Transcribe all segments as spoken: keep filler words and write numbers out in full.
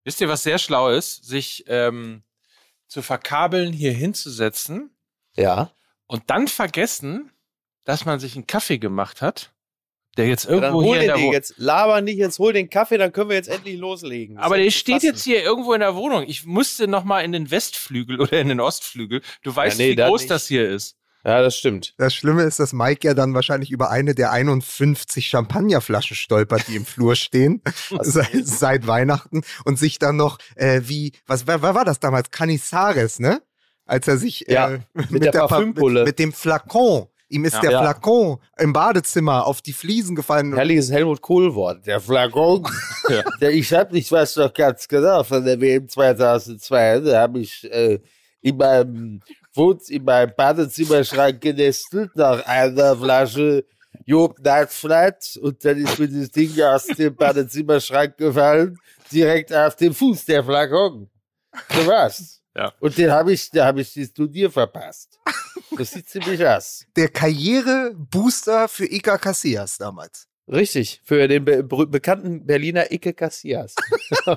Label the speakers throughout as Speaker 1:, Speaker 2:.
Speaker 1: Wisst ihr, was sehr schlau ist? Sich ähm, zu verkabeln, hier hinzusetzen.
Speaker 2: Ja.
Speaker 1: Und dann vergessen, dass man sich einen Kaffee gemacht hat, der jetzt
Speaker 2: Ja,
Speaker 1: irgendwo
Speaker 2: dann hol
Speaker 1: hier in
Speaker 2: den
Speaker 1: der Wohnung...
Speaker 2: jetzt, laber nicht, jetzt hol den Kaffee, dann können wir jetzt endlich loslegen. Das
Speaker 1: Aber
Speaker 2: ist
Speaker 1: der
Speaker 2: nicht
Speaker 1: steht
Speaker 2: fassen.
Speaker 1: jetzt hier irgendwo in der Wohnung. Ich musste noch mal in den Westflügel oder in den Ostflügel. Du weißt,
Speaker 2: Ja, nee,
Speaker 1: wie
Speaker 2: da
Speaker 1: groß
Speaker 2: nicht.
Speaker 1: das hier ist.
Speaker 2: Ja, das stimmt.
Speaker 3: Das Schlimme ist, dass Mike ja dann wahrscheinlich über eine der einundfünfzig Champagnerflaschen stolpert, die im Flur stehen, seit, seit Weihnachten und sich dann noch, äh, wie, was wer, wer war das damals? Canizares, ne? Als er sich
Speaker 2: Ja,
Speaker 3: äh,
Speaker 2: mit der
Speaker 3: Pa-
Speaker 2: Parfümpulle.
Speaker 3: mit, mit dem Flakon, ihm ist
Speaker 1: Ja.
Speaker 3: der
Speaker 2: Ja.
Speaker 3: Flakon im Badezimmer auf die Fliesen gefallen.
Speaker 2: Herrliches Helmut Kohl-Wort. Der Flakon.
Speaker 1: Ja.
Speaker 2: Der, ich hab nicht, weiß doch ganz genau, von der W M zweitausendzwei, da habe ich äh, in meinem Wohn- in meinem Badezimmerschrank genestelt nach einer Flasche Job Night Flat und dann ist mir das Ding aus dem Badezimmerschrank gefallen, direkt auf den Fuß der Flakon. So was.
Speaker 1: Ja.
Speaker 2: Und den habe ich, da habe ich das Turnier verpasst. Das sieht ziemlich aus.
Speaker 3: Der Karrierebooster für Iker Casillas damals.
Speaker 2: Richtig, für den be be bekannten Berliner Icke Casillas.
Speaker 3: war,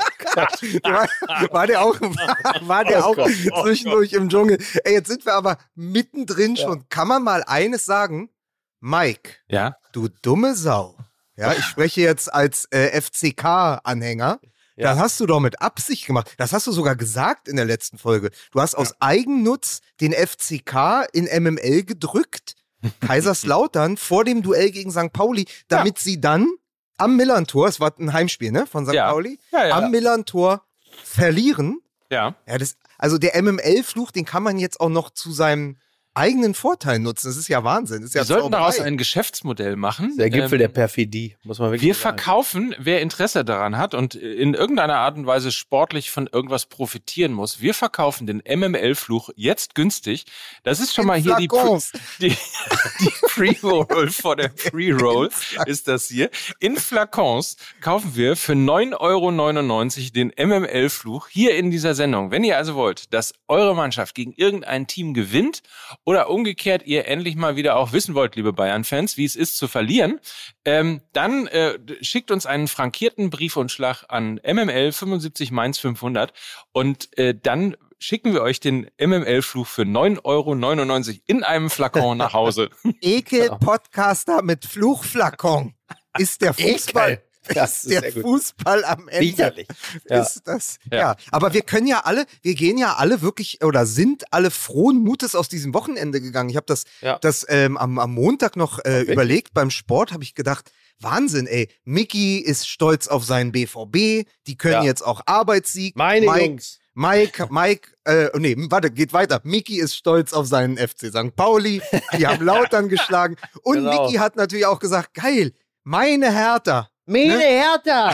Speaker 3: war der auch, war, war der
Speaker 2: Oh
Speaker 3: auch
Speaker 2: Gott, oh
Speaker 3: zwischendurch im Dschungel. Ey, jetzt sind wir aber mittendrin
Speaker 2: Ja.
Speaker 3: schon. Kann man mal eines sagen? Mike,
Speaker 1: Ja?
Speaker 3: du dumme Sau. Ja, ich spreche jetzt als äh, F C K-Anhänger.
Speaker 2: Ja.
Speaker 3: Das hast du doch mit Absicht gemacht. Das hast du sogar gesagt in der letzten Folge. Du hast aus Eigennutz den F C K in M M L gedrückt. Kaiserslautern vor dem Duell gegen Sankt Pauli, damit sie dann am Millerntor, es war ein Heimspiel, ne, von Sankt
Speaker 1: Ja.
Speaker 3: Pauli,
Speaker 1: Ja, ja.
Speaker 3: am Millerntor verlieren.
Speaker 1: Ja.
Speaker 3: Ja, das, also der M M L-Fluch, den kann man jetzt auch noch zu seinem eigenen Vorteil nutzen. Das ist ja Wahnsinn. Das ist ja
Speaker 1: Wir sollten
Speaker 3: Zauberei.
Speaker 1: daraus ein Geschäftsmodell machen.
Speaker 2: Der Gipfel
Speaker 1: Ähm,
Speaker 2: der Perfidie, muss man wirklich
Speaker 1: Wir
Speaker 2: sagen.
Speaker 1: verkaufen, wer Interesse daran hat und in irgendeiner Art und Weise sportlich von irgendwas profitieren muss, wir verkaufen den M M L-Fluch jetzt günstig. Das ist schon
Speaker 3: In
Speaker 1: mal hier die, Pre-
Speaker 3: Flakons.
Speaker 1: die, die Pre-Roll vor der Pre-Roll ist das hier. In Flakons kaufen wir für neun Euro neunundneunzig den M M L-Fluch hier in dieser Sendung. Wenn ihr also wollt, dass eure Mannschaft gegen irgendein Team gewinnt oder umgekehrt ihr endlich mal wieder auch wissen wollt, liebe Bayern-Fans, wie es ist zu verlieren, ähm, dann äh, schickt uns einen frankierten Briefumschlag an M M L fünfundsiebzig Mainz fünfhundert und äh, dann schicken wir euch den M M L-Fluch für neun Euro neunundneunzig in einem Flakon nach Hause.
Speaker 3: Ekel-Podcaster mit Fluchflakon. Ist der Fußball,
Speaker 2: Ekel. Das ist
Speaker 3: der
Speaker 2: sehr gut.
Speaker 3: Fußball am Ende.
Speaker 2: Widerlich. Ja.
Speaker 3: Ist das, ja.
Speaker 1: Ja.
Speaker 3: Aber wir können ja alle, wir gehen ja alle wirklich oder sind alle frohen Mutes aus diesem Wochenende gegangen. Ich habe das,
Speaker 2: Ja.
Speaker 3: das ähm, am, am Montag noch äh,
Speaker 2: wirklich?
Speaker 3: überlegt beim Sport, habe ich gedacht, Wahnsinn, ey. Micky ist stolz auf seinen B V B, die können
Speaker 2: Ja.
Speaker 3: jetzt auch Arbeitssieg.
Speaker 2: Meine
Speaker 3: Mike,
Speaker 2: Jungs.
Speaker 3: Mike, Mike, äh, nee, warte, geht weiter. Micky ist stolz auf seinen F C Sankt Pauli, die haben Lautern geschlagen. Und
Speaker 2: Genau.
Speaker 3: Micky hat natürlich auch gesagt, geil, meine Hertha.
Speaker 2: Meine Hertha!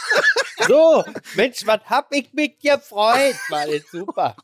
Speaker 2: So, Mensch, was hab ich mich gefreut? War das super.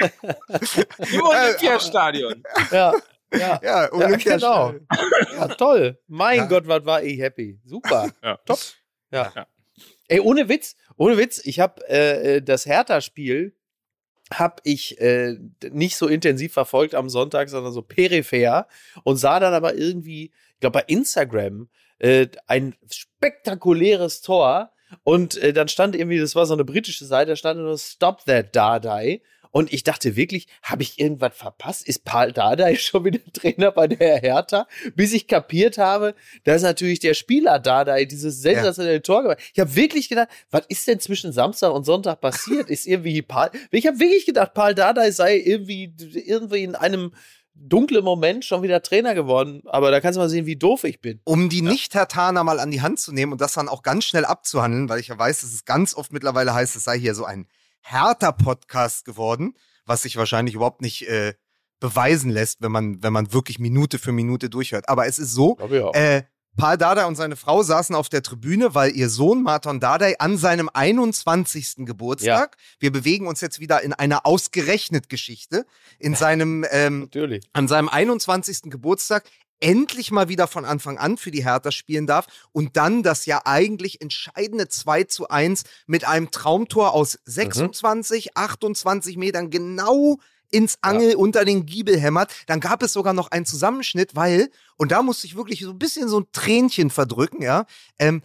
Speaker 1: Im Olympiastadion.
Speaker 2: Ja, ja.
Speaker 3: Ja, Olympia
Speaker 2: genau. Ja, toll. Mein
Speaker 3: Ja.
Speaker 2: Gott, was war ich happy. Super.
Speaker 1: Ja.
Speaker 2: Top. Ja.
Speaker 1: Ja.
Speaker 2: Ey, ohne Witz, ohne Witz, ich habe äh, das Hertha-Spiel habe ich äh, nicht so intensiv verfolgt am Sonntag, sondern so peripher und sah dann aber irgendwie, ich glaube bei Instagram, äh, ein spektakuläres Tor und äh, dann stand irgendwie, das war so eine britische Seite, da stand nur Stop that Dardai und ich dachte wirklich, habe ich irgendwas verpasst? Ist Paul Dardai schon wieder Trainer bei der Hertha? Bis ich kapiert habe, dass natürlich der Spieler Dardai dieses sensationelle Tor gemacht hat. Ich habe wirklich gedacht, was ist denn zwischen Samstag und Sonntag passiert? Ist irgendwie Paul, ich habe wirklich gedacht, Paul Dardai sei irgendwie, irgendwie in einem dunklen Moment schon wieder Trainer geworden. Aber da kannst du mal sehen, wie doof ich bin.
Speaker 3: Um die Nicht-Hertaner mal an die Hand zu nehmen und das dann auch ganz schnell abzuhandeln, weil ich ja weiß, dass es ganz oft mittlerweile heißt, es sei hier so ein Hertha-Podcast geworden, was sich wahrscheinlich überhaupt nicht äh, beweisen lässt, wenn man, wenn man wirklich Minute für Minute durchhört. Aber es ist so,
Speaker 2: Glaub ich auch.
Speaker 3: äh, Paul Dardai und seine Frau saßen auf der Tribüne, weil ihr Sohn Marton Dardai an seinem einundzwanzigsten Geburtstag, wir bewegen uns jetzt wieder in einer ausgerechnet Geschichte, in seinem ähm,
Speaker 2: Natürlich.
Speaker 3: an seinem einundzwanzigsten Geburtstag endlich mal wieder von Anfang an für die Hertha spielen darf und dann das ja eigentlich entscheidende zwei zu eins mit einem Traumtor aus sechsundzwanzig, achtundzwanzig Metern genau ins Angel ja. unter den Giebel hämmert. Dann gab es sogar noch einen Zusammenschnitt, weil, und da musste ich wirklich so ein bisschen so ein Tränchen verdrücken, ja, ähm,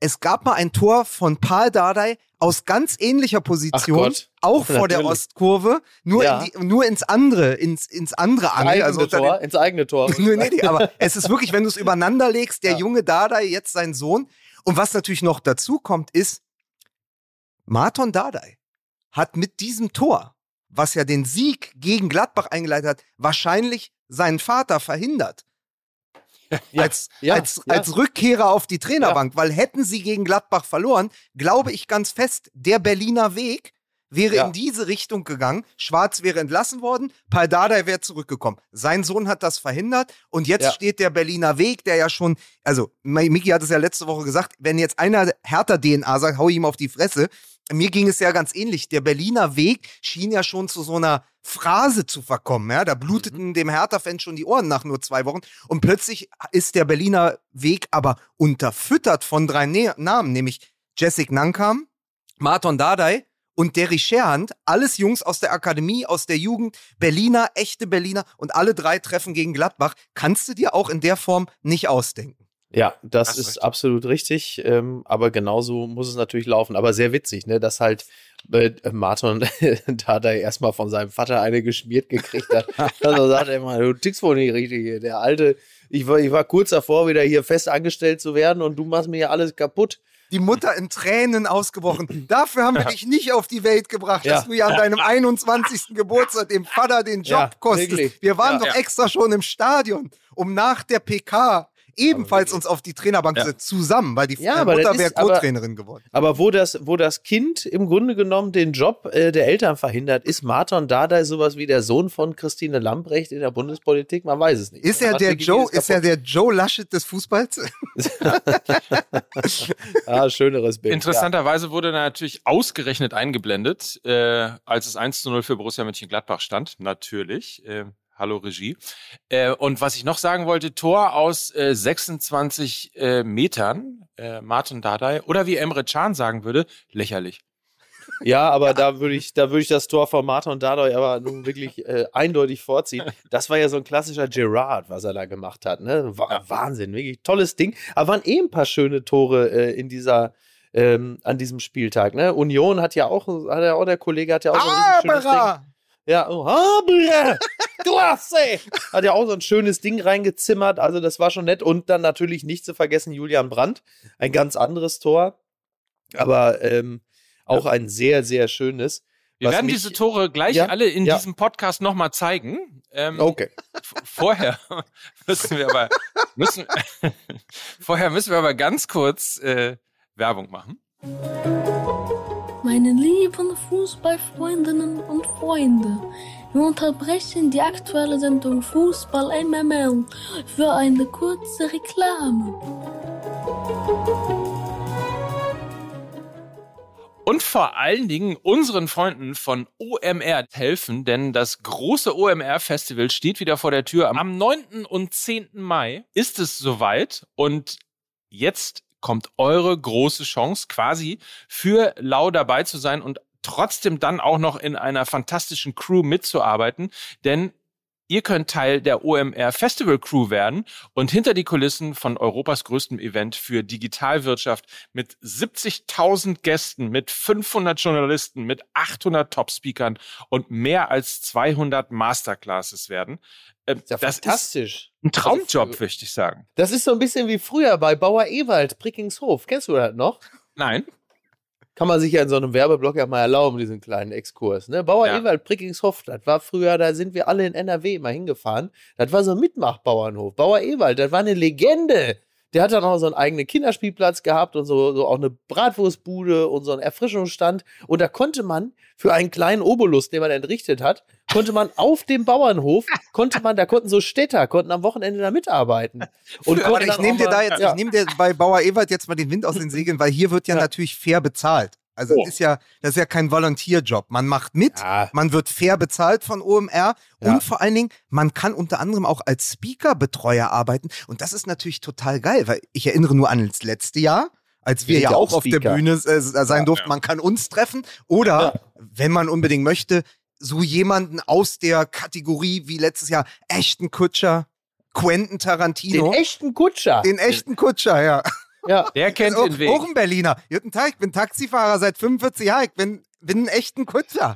Speaker 3: es gab mal ein Tor von Paul Dardai aus ganz ähnlicher Position, auch vor der Ostkurve, nur,
Speaker 2: Ja.
Speaker 3: in die, nur ins andere, ins, ins andere Angel.
Speaker 2: Eigene
Speaker 3: Also unter
Speaker 2: Tor,
Speaker 3: den,
Speaker 2: ins eigene Tor.
Speaker 3: nee, nee, nee, aber es ist wirklich, wenn du es übereinander legst, der
Speaker 2: Ja.
Speaker 3: junge Dardai, jetzt sein Sohn. Und was natürlich noch dazu kommt, ist, Marton Dardai hat mit diesem Tor, was ja den Sieg gegen Gladbach eingeleitet hat, wahrscheinlich seinen Vater verhindert.
Speaker 2: Ja,
Speaker 3: als,
Speaker 2: ja,
Speaker 3: als,
Speaker 2: ja.
Speaker 3: als Rückkehrer auf die Trainerbank, weil hätten sie gegen Gladbach verloren, glaube ich ganz fest, der Berliner Weg wäre
Speaker 2: Ja.
Speaker 3: in diese Richtung gegangen. Schwarz wäre entlassen worden, Paul Dardai wäre zurückgekommen. Sein Sohn hat das verhindert und jetzt
Speaker 2: Ja.
Speaker 3: steht der Berliner Weg, der ja schon, also Miki hat es ja letzte Woche gesagt, wenn jetzt einer Hertha-D N A sagt, hau ich ihm auf die Fresse. Mir ging es ja ganz ähnlich. Der Berliner Weg schien ja schon zu so einer Phrase zu verkommen. Ja? Da bluteten
Speaker 2: Mhm.
Speaker 3: dem Hertha-Fan schon die Ohren nach nur zwei Wochen. Und plötzlich ist der Berliner Weg aber unterfüttert von drei Ne- Namen, nämlich Jessic Nankam, Marton Dardai und Derry Scherhand. Alles Jungs aus der Akademie, aus der Jugend, Berliner, echte Berliner. Und alle drei treffen gegen Gladbach. Kannst du dir auch in der Form nicht ausdenken.
Speaker 2: Ja, das,
Speaker 1: Das ist
Speaker 2: ist
Speaker 1: richtig.
Speaker 2: absolut richtig, ähm, aber genauso muss es natürlich laufen. Aber sehr witzig, ne, dass halt äh, Marton Dardai erstmal von seinem Vater eine geschmiert gekriegt hat. Also sagt er immer, du tickst wohl nicht richtig hier. Der Alte, ich war, ich war kurz davor, wieder hier fest angestellt zu werden und du machst mir hier alles kaputt.
Speaker 3: Die Mutter in Tränen ausgebrochen. Dafür haben wir dich nicht auf die Welt gebracht,
Speaker 2: Ja.
Speaker 3: dass du ja an deinem einundzwanzigsten Geburtstag dem Vater den Job
Speaker 2: Ja,
Speaker 3: kostest.
Speaker 2: wirklich.
Speaker 3: Wir waren
Speaker 2: Ja.
Speaker 3: doch
Speaker 1: Ja.
Speaker 3: extra schon im Stadion, um nach der P K ebenfalls uns auf die Trainerbank
Speaker 1: Ja.
Speaker 3: zu setzen, zusammen, weil die
Speaker 2: Ja,
Speaker 3: äh,
Speaker 2: aber
Speaker 3: Mutter
Speaker 2: das
Speaker 3: wäre
Speaker 2: ist aber-
Speaker 3: Co-Trainerin geworden.
Speaker 2: Aber wo das, wo das Kind im Grunde genommen den Job äh, der Eltern verhindert, ist Marton Dardai sowas wie der Sohn von Christine Lambrecht in der Bundespolitik? Man weiß es nicht.
Speaker 3: Ist
Speaker 2: Man
Speaker 3: er
Speaker 2: macht
Speaker 3: der
Speaker 2: wirklich
Speaker 3: Joe,
Speaker 2: vieles
Speaker 3: ist er
Speaker 2: kaputt.
Speaker 3: der Joe Laschet des Fußballs?
Speaker 2: Ah, schöneres Bild.
Speaker 1: Interessanterweise wurde da natürlich ausgerechnet eingeblendet, äh, als es eins zu null für Borussia Mönchengladbach stand. Natürlich. Äh, hallo Regie. Äh, und was ich noch sagen wollte, Tor aus äh, sechsundzwanzig äh, Metern, äh, Marton Dardai, oder wie Emre Can sagen würde, lächerlich.
Speaker 2: Ja, aber da würde ich, da würde ich das Tor von Marton Dardai aber nun wirklich äh, eindeutig vorziehen. Das war ja so ein klassischer Gerrard, was er da gemacht hat. Ne? War
Speaker 1: Ja.
Speaker 2: Wahnsinn, wirklich tolles Ding. Aber waren eh ein paar schöne Tore äh, in dieser, ähm, an diesem Spieltag. Ne? Union hat ja auch, hat ja auch der Kollege hat ja auch so ein richtig schönes Ding.
Speaker 3: Aber!
Speaker 2: Ja, oh, aber, klasse! Hat ja auch so ein schönes Ding reingezimmert, also das war schon nett. Und dann natürlich nicht zu vergessen Julian Brandt, ein ganz anderes Tor, aber ähm, auch ein sehr, sehr schönes.
Speaker 1: Wir
Speaker 2: Was
Speaker 1: werden
Speaker 2: mich-
Speaker 1: diese Tore gleich
Speaker 2: Ja,
Speaker 1: alle in
Speaker 2: ja.
Speaker 1: diesem Podcast nochmal zeigen. Ähm,
Speaker 2: Okay.
Speaker 1: v- Vorher müssen wir aber müssen, vorher müssen wir aber ganz kurz äh, Werbung machen.
Speaker 4: Meine lieben Fußballfreundinnen und Freunde, wir unterbrechen die aktuelle Sendung Fußball M M L für eine kurze Reklame.
Speaker 1: Und vor allen Dingen unseren Freunden von O M R helfen, denn das große O M R-Festival steht wieder vor der Tür. Am neunten und zehnten Mai ist es soweit und jetzt kommt eure große Chance, quasi für Lau dabei zu sein und trotzdem dann auch noch in einer fantastischen Crew mitzuarbeiten, denn ihr könnt Teil der O M R Festival Crew werden und hinter die Kulissen von Europas größtem Event für Digitalwirtschaft mit siebzigtausend Gästen, mit fünfhundert Journalisten, mit achthundert Top-Speakern und mehr als zweihundert Masterclasses werden. Äh,
Speaker 2: Ist ja
Speaker 1: das ist
Speaker 2: fantastisch.
Speaker 1: ein Traumjob,
Speaker 2: Also,
Speaker 1: möchte ich sagen.
Speaker 2: Das ist so ein bisschen wie früher bei Bauer Ewald, Prickingshof. Kennst du das noch?
Speaker 1: Nein?
Speaker 2: Kann man sich ja in so einem Werbeblock ja mal erlauben, diesen kleinen Exkurs. Ne? Bauer
Speaker 1: Ja.
Speaker 2: Ewald, Prickingshof, das war früher, da sind wir alle in N R W mal hingefahren. Das war so ein Mitmachbauernhof. Bauer Ewald, das war eine Legende. Der hat dann auch so einen eigenen Kinderspielplatz gehabt und so, so auch eine Bratwurstbude und so einen Erfrischungsstand. Und da konnte man für einen kleinen Obolus, den man entrichtet hat, konnte man auf dem Bauernhof, konnte man, da konnten so Städter, konnten am Wochenende da mitarbeiten. Und
Speaker 1: Für-
Speaker 2: konnten
Speaker 3: Aber ich
Speaker 2: dann
Speaker 3: nehme
Speaker 2: auch
Speaker 3: dir da
Speaker 2: mal-
Speaker 3: jetzt,
Speaker 2: ja.
Speaker 3: ich nehme dir bei Bauer Ewald jetzt mal den Wind aus den Segeln, weil hier wird ja,
Speaker 2: Ja.
Speaker 3: natürlich fair bezahlt. Also
Speaker 2: Oh.
Speaker 3: das ist ja, das ist ja kein Volontierjob. Man macht mit,
Speaker 2: Ja.
Speaker 3: man wird fair bezahlt von O M R
Speaker 2: Ja.
Speaker 3: und vor allen Dingen, man kann unter anderem auch als Speaker-Betreuer arbeiten. Und das ist natürlich total geil, weil ich erinnere nur an das letzte Jahr, als wir
Speaker 2: Wir sind
Speaker 3: ja
Speaker 2: ja
Speaker 3: auch
Speaker 2: auch
Speaker 3: auf der
Speaker 2: Speaker.
Speaker 3: Bühne äh, sein durften. Man kann uns treffen oder,
Speaker 2: Ja.
Speaker 3: wenn man unbedingt möchte, so jemanden aus der Kategorie wie letztes Jahr Ashton Kutcher, Quentin Tarantino.
Speaker 2: Den echten Kutscher.
Speaker 3: Den echten Kutscher, ja.
Speaker 2: Ja.
Speaker 1: Der kennt
Speaker 3: auch,
Speaker 1: den Weg.
Speaker 3: auch ein Berliner. Guten Tag, ich bin Taxifahrer seit fünfundvierzig Jahren. Ich bin, bin ein echter Kutscher.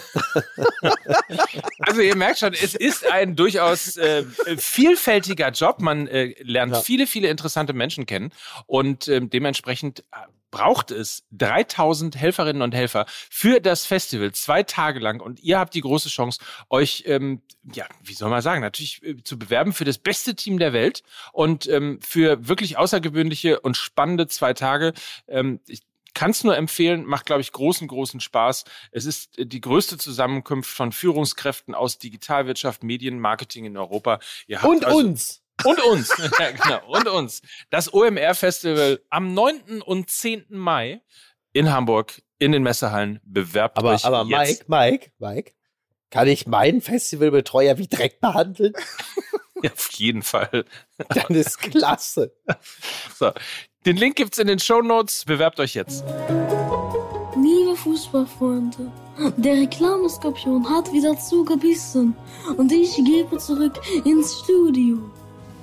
Speaker 1: Also ihr merkt schon, es ist ein durchaus äh, vielfältiger Job. Man äh, lernt
Speaker 2: Ja.
Speaker 1: viele, viele interessante Menschen kennen und äh, dementsprechend braucht es dreitausend Helferinnen und Helfer für das Festival, zwei Tage lang. Und ihr habt die große Chance, euch, ähm, ja, wie soll man sagen, natürlich äh, zu bewerben für das beste Team der Welt und ähm, für wirklich außergewöhnliche und spannende zwei Tage. Ähm, ich kann es nur empfehlen, macht, glaube ich, großen, großen Spaß. Es ist äh, die größte Zusammenkunft von Führungskräften aus Digitalwirtschaft, Medien, Marketing in Europa. Ihr habt
Speaker 2: Und
Speaker 1: also
Speaker 2: uns.
Speaker 1: Und uns, ja, genau, und uns. Das O M R-Festival am neunten und zehnten Mai in Hamburg in den Messehallen. Bewerbt
Speaker 2: Aber,
Speaker 1: euch
Speaker 2: aber Mike,
Speaker 1: jetzt.
Speaker 2: Mike, Mike, kann ich meinen Festivalbetreuer wie Dreck behandeln?
Speaker 1: Ja, auf jeden Fall.
Speaker 2: Das ist klasse.
Speaker 1: So. Den Link gibt's in den Shownotes. Bewerbt euch jetzt.
Speaker 4: Liebe Fußballfreunde, der Reklameskorpion hat wieder zugebissen und ich gebe zurück ins Studio.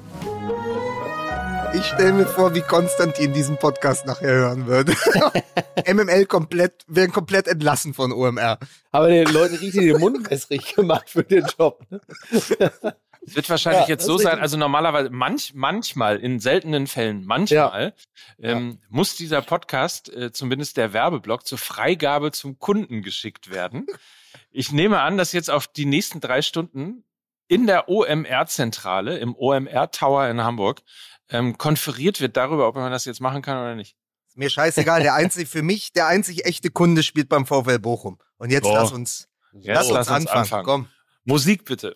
Speaker 3: Ich stelle mir vor, wie Konstantin diesen Podcast nachher hören würde. M M L komplett, werden komplett entlassen von O M R.
Speaker 2: Aber den Leuten richtig den Mund wässrig gemacht für den Job. Ne?
Speaker 1: Es wird wahrscheinlich
Speaker 2: Ja,
Speaker 1: jetzt
Speaker 2: das
Speaker 1: so
Speaker 2: ist
Speaker 1: sein,
Speaker 2: richtig.
Speaker 1: also normalerweise, manch, manchmal, in seltenen Fällen, manchmal, ähm, muss dieser Podcast, äh, zumindest der Werbeblock, zur Freigabe zum Kunden geschickt werden. Ich nehme an, dass jetzt auf die nächsten drei Stunden in der O M R-Zentrale, im O M R-Tower in Hamburg, ähm, konferiert wird darüber, ob man das jetzt machen kann oder nicht.
Speaker 3: Ist mir scheißegal, der einzig, für mich, der einzig echte Kunde spielt beim VfL Bochum. Und jetzt
Speaker 1: Boah.
Speaker 3: lass uns,
Speaker 1: Jetzt
Speaker 3: lass uns
Speaker 1: lass uns
Speaker 3: anfangen.
Speaker 1: anfangen.
Speaker 3: Komm.
Speaker 1: Musik bitte.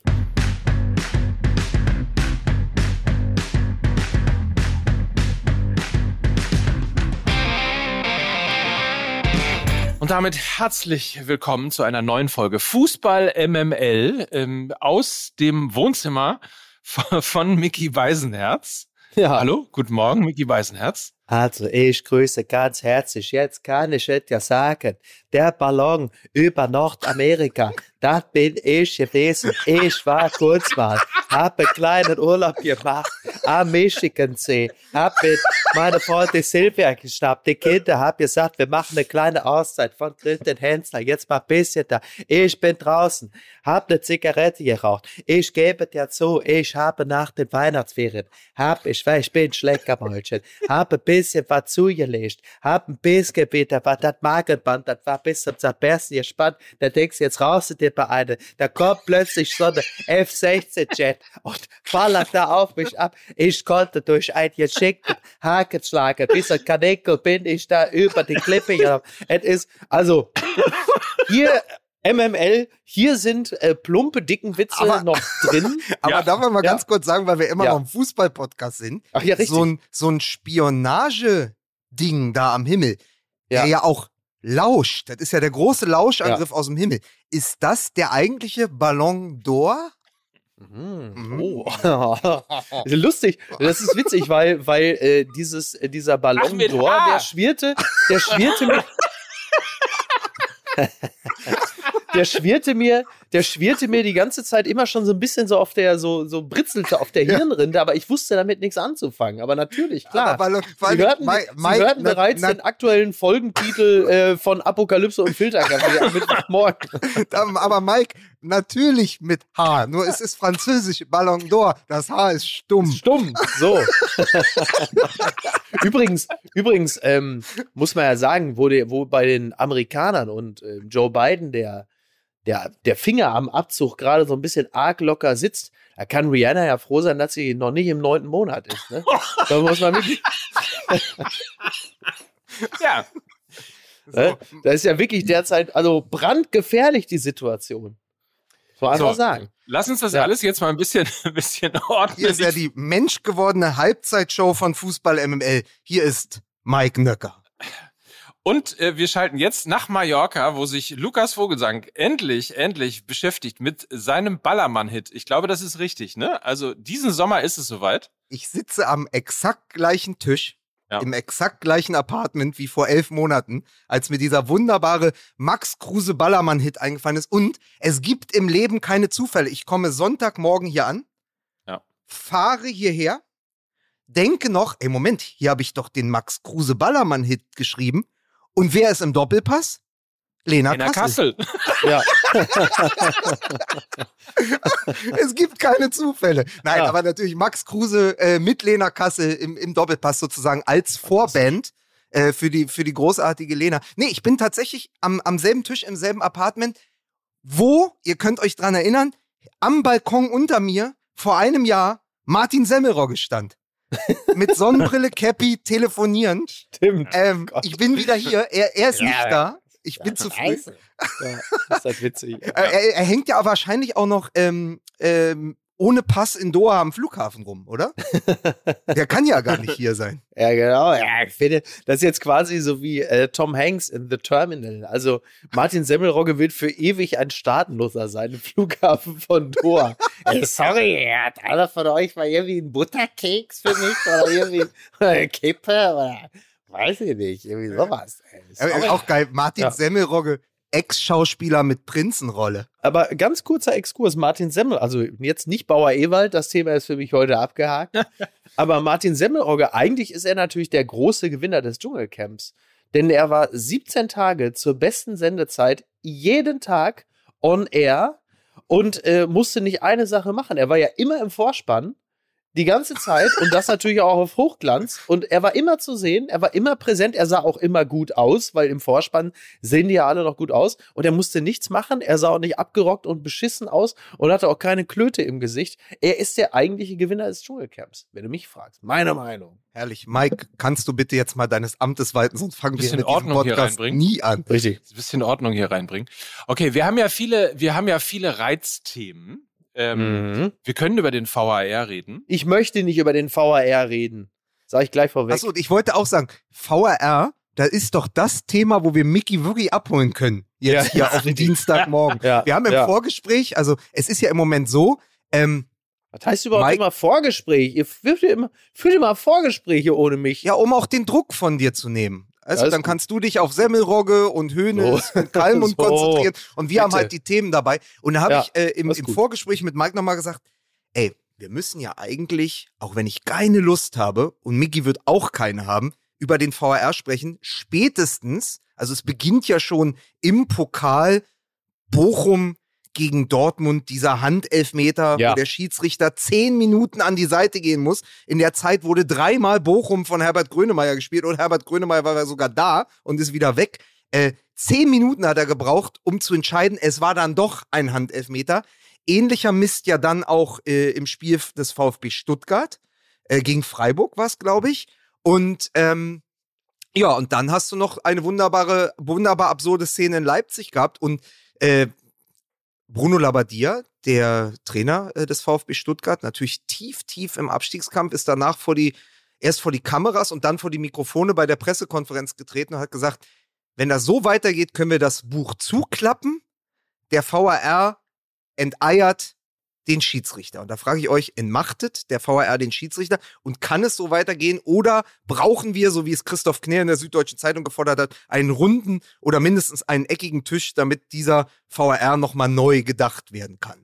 Speaker 1: Und damit herzlich willkommen zu einer neuen Folge Fußball M M L ähm, aus dem Wohnzimmer von, von Micky Beisenherz.
Speaker 2: Ja.
Speaker 1: Hallo, guten Morgen, Micky Beisenherz.
Speaker 2: Also, ich grüße ganz herzlich. Jetzt kann ich es ja sagen. Der Ballon über Nordamerika, das bin ich gewesen. Ich war kurz mal, habe einen kleinen Urlaub gemacht am Michigansee, habe mit meiner Freundin Silvia geschnappt. Die Kinder haben gesagt, wir machen eine kleine Auszeit von Christian Hensler. Jetzt mal ein bisschen da. Ich bin draußen, habe eine Zigarette geraucht. Ich gebe dir zu, ich habe nach den Weihnachtsferien, hab ich, weil ich bin Schleckermäulchen, habe ein bisschen was zugelegt, habe ein bisschen wieder, was das Magenband, das war bis zum Zerbersten gespannt. Da denkst du, jetzt raus du dir bei einer. Da kommt plötzlich so eine F sechzehn Jet und ballert da auf mich ab. Ich konnte durch einen geschickten Haken schlagen. Bis ein Kanickel bin ich da über die Klippe gelaufen. Es ist, also, hier, M M L, hier sind äh, plumpe, dicken Witze
Speaker 3: Aber-
Speaker 2: noch drin.
Speaker 3: Aber
Speaker 1: Ja.
Speaker 3: darf man mal
Speaker 2: Ja.
Speaker 3: ganz kurz sagen, weil wir immer
Speaker 2: Ja.
Speaker 3: noch im Fußball-Podcast sind.
Speaker 2: Ach ja, richtig.
Speaker 3: So ein, so ein Spionage-Ding da am Himmel,
Speaker 2: Ja.
Speaker 3: der ja auch lauscht. Das ist ja der große Lauschangriff aus dem Himmel. Ist das der eigentliche Ballon d'Or?
Speaker 2: Mhm. Oh. Lustig, das ist witzig, weil, weil äh, dieses, äh, dieser Ballon
Speaker 1: Ach, mit
Speaker 2: d'Or,
Speaker 1: H.
Speaker 2: der schwirrte, der schwirrte mir. Der schwirrte mir, der schwirrte mir die ganze Zeit immer schon so ein bisschen so auf der, so, so britzelte auf der Hirnrinde, aber ich wusste damit nichts anzufangen. Aber natürlich, klar.
Speaker 3: Aber Ballon- vor
Speaker 2: Sie
Speaker 3: allem,
Speaker 2: hörten,
Speaker 3: Mike-
Speaker 2: Sie
Speaker 3: Mike,
Speaker 2: hörten
Speaker 3: na-
Speaker 2: bereits
Speaker 3: na-
Speaker 2: den aktuellen Folgentitel äh, von Apokalypse und Filterkaffee am Mittwochmorgen.
Speaker 3: Aber Mike, natürlich mit H. Nur es ist französisch, Ballon d'Or. Das H ist stumm.
Speaker 2: Stumm, so. übrigens, übrigens ähm, muss man ja sagen, wo, die, wo bei den Amerikanern und äh, Joe Biden der, der, der Finger am Abzug gerade so ein bisschen arg locker sitzt, da kann Rihanna ja froh sein, dass sie noch nicht im neunten Monat ist. Ne? Da muss man wirklich,
Speaker 1: Ja,
Speaker 2: ne? Das ist ja wirklich derzeit also brandgefährlich, die Situation. Muss man einfach
Speaker 1: So.
Speaker 2: sagen.
Speaker 1: lass uns das
Speaker 2: Ja.
Speaker 1: alles jetzt mal ein bisschen, ein bisschen ordnen.
Speaker 3: Hier ist ja die menschgewordene Halbzeitshow von Fußball M M L. Hier ist Mike Nöcker.
Speaker 1: Und äh, wir schalten jetzt nach Mallorca, wo sich Lukas Vogelsang endlich, endlich beschäftigt mit seinem Ballermann-Hit. Ich glaube, das ist richtig, ne? Also diesen Sommer ist es soweit.
Speaker 3: Ich sitze am exakt gleichen Tisch,
Speaker 1: Ja.
Speaker 3: im exakt gleichen Apartment wie vor elf Monaten, als mir dieser wunderbare Max Kruse Ballermann-Hit eingefallen ist. Und es gibt im Leben keine Zufälle. Ich komme Sonntagmorgen hier an,
Speaker 1: Ja.
Speaker 3: fahre hierher, denke noch, ey, Moment, hier habe ich doch den Max Kruse-Ballermann-Hit geschrieben. Und wer ist im Doppelpass? Lena,
Speaker 1: Lena
Speaker 3: Kassel.
Speaker 1: Kassel.
Speaker 2: Ja.
Speaker 3: Es gibt keine Zufälle. Nein,
Speaker 2: Ja.
Speaker 3: aber natürlich Max Kruse äh, mit Lena Kassel im, im Doppelpass sozusagen als Vorband äh, für, die, für die großartige Lena. Nee, ich bin tatsächlich am, am selben Tisch im selben Apartment, wo, ihr könnt euch dran erinnern, am Balkon unter mir vor einem Jahr Martin Semmelrogge stand. Mit Sonnenbrille, Cappy, telefonierend.
Speaker 2: Stimmt.
Speaker 3: Ähm,
Speaker 2: Gott.
Speaker 3: ich bin wieder hier, er, er ist
Speaker 2: Ja.
Speaker 3: nicht da. Ich bin zu früh.
Speaker 2: Ja, ist das witzig.
Speaker 3: Äh, er, er hängt ja wahrscheinlich auch noch ähm, ähm, ohne Pass in Doha am Flughafen rum, oder? Der kann ja gar nicht hier sein.
Speaker 2: Ja, genau. Ja, ich finde, das ist jetzt quasi so wie äh, Tom Hanks in The Terminal. Also Martin Semmelrogge wird für ewig ein Staatenloser sein im Flughafen von Doha. Ey, sorry, hat einer von euch mal irgendwie einen Butterkeks für mich oder irgendwie eine Kippe oder weiß ich nicht, irgendwie sowas. Ey,
Speaker 3: Äh,
Speaker 2: sorry.
Speaker 3: auch geil, Martin
Speaker 2: Ja.
Speaker 3: Semmelrogge, Ex-Schauspieler mit Prinzenrolle.
Speaker 2: Aber ganz kurzer Exkurs, Martin Semmel, also jetzt nicht Bauer Ewald, das Thema ist für mich heute abgehakt, aber Martin Semmelrogge, eigentlich ist er natürlich der große Gewinner des Dschungelcamps, denn er war siebzehn Tage zur besten Sendezeit jeden Tag on air und äh, musste nicht eine Sache machen, er war ja immer im Vorspann, die ganze Zeit und das natürlich auch auf Hochglanz und er war immer zu sehen, er war immer präsent, er sah auch immer gut aus, weil im Vorspann sehen die ja alle noch gut aus und er musste nichts machen, er sah auch nicht abgerockt und beschissen aus und hatte auch keine Klöte im Gesicht. Er ist der eigentliche Gewinner des Dschungelcamps, wenn du mich fragst. Meine Meinung.
Speaker 3: Herrlich. Mike, kannst du bitte jetzt mal deines Amtes walten, sonst fangen wir
Speaker 1: Bisschen
Speaker 3: mit diesem
Speaker 1: Ordnung hier
Speaker 3: Podcast
Speaker 1: reinbringen.
Speaker 3: nie an.
Speaker 2: Richtig.
Speaker 1: Ein bisschen Ordnung hier reinbringen. Okay, wir haben ja viele, wir haben ja viele Reizthemen. Ähm,
Speaker 2: Mhm.
Speaker 1: Wir können über den V H R reden.
Speaker 2: Ich möchte nicht über den V H R reden. Sag ich gleich vorweg.
Speaker 3: Achso, und ich wollte auch sagen, V R R, da ist doch das Thema, wo wir Mickey wirklich abholen können. Jetzt
Speaker 2: Ja.
Speaker 3: hier auf den Dienstagmorgen.
Speaker 2: Ja,
Speaker 3: Wir haben im
Speaker 2: ja.
Speaker 3: Vorgespräch, also es ist ja im Moment so, ähm,
Speaker 2: Was heißt überhaupt
Speaker 3: Mike-
Speaker 2: immer Vorgespräch? Ihr führt ja immer, führt immer Vorgespräche ohne mich.
Speaker 3: ja, um auch den Druck von dir zu nehmen. Also
Speaker 2: Alles
Speaker 3: dann
Speaker 2: gut.
Speaker 3: kannst du dich auf Semmelrogge und Hönes
Speaker 2: So.
Speaker 3: und Kalmund
Speaker 2: So.
Speaker 3: konzentrieren und wir haben
Speaker 2: Bitte.
Speaker 3: halt die Themen dabei. Und da habe
Speaker 2: Ja,
Speaker 3: ich äh, im,
Speaker 2: alles
Speaker 3: im
Speaker 2: gut.
Speaker 3: Vorgespräch mit Mike nochmal gesagt, ey, wir müssen ja eigentlich, auch wenn ich keine Lust habe und Micky wird auch keine haben, über den V R R sprechen, spätestens, also es beginnt ja schon im Pokal Bochum gegen Dortmund, dieser Handelfmeter,
Speaker 2: Ja.
Speaker 3: wo der Schiedsrichter zehn Minuten an die Seite gehen muss. In der Zeit wurde dreimal Bochum von Herbert Grönemeyer gespielt und Herbert Grönemeyer war ja sogar da und ist wieder weg. Äh, zehn Minuten hat er gebraucht, um zu entscheiden, es war dann doch ein Handelfmeter. Ähnlicher Mist ja dann auch äh, im Spiel des VfB Stuttgart. Äh, gegen Freiburg war es, glaube ich. Und ähm, ja, und dann hast du noch eine wunderbare, wunderbar absurde Szene in Leipzig gehabt und äh, Bruno Labbadia, der Trainer äh, des VfB Stuttgart, natürlich tief, tief im Abstiegskampf, ist danach vor die, erst vor die Kameras und dann vor die Mikrofone bei der Pressekonferenz getreten und hat gesagt, wenn das so weitergeht, können wir das Buch zuklappen. Der V R R enteiert den Schiedsrichter. Und da frage ich euch, entmachtet der V R R den Schiedsrichter und kann es so weitergehen oder brauchen wir, so wie es Christoph Knell in der Süddeutschen Zeitung gefordert hat, einen runden oder mindestens einen eckigen Tisch, damit dieser V R R nochmal neu gedacht werden kann?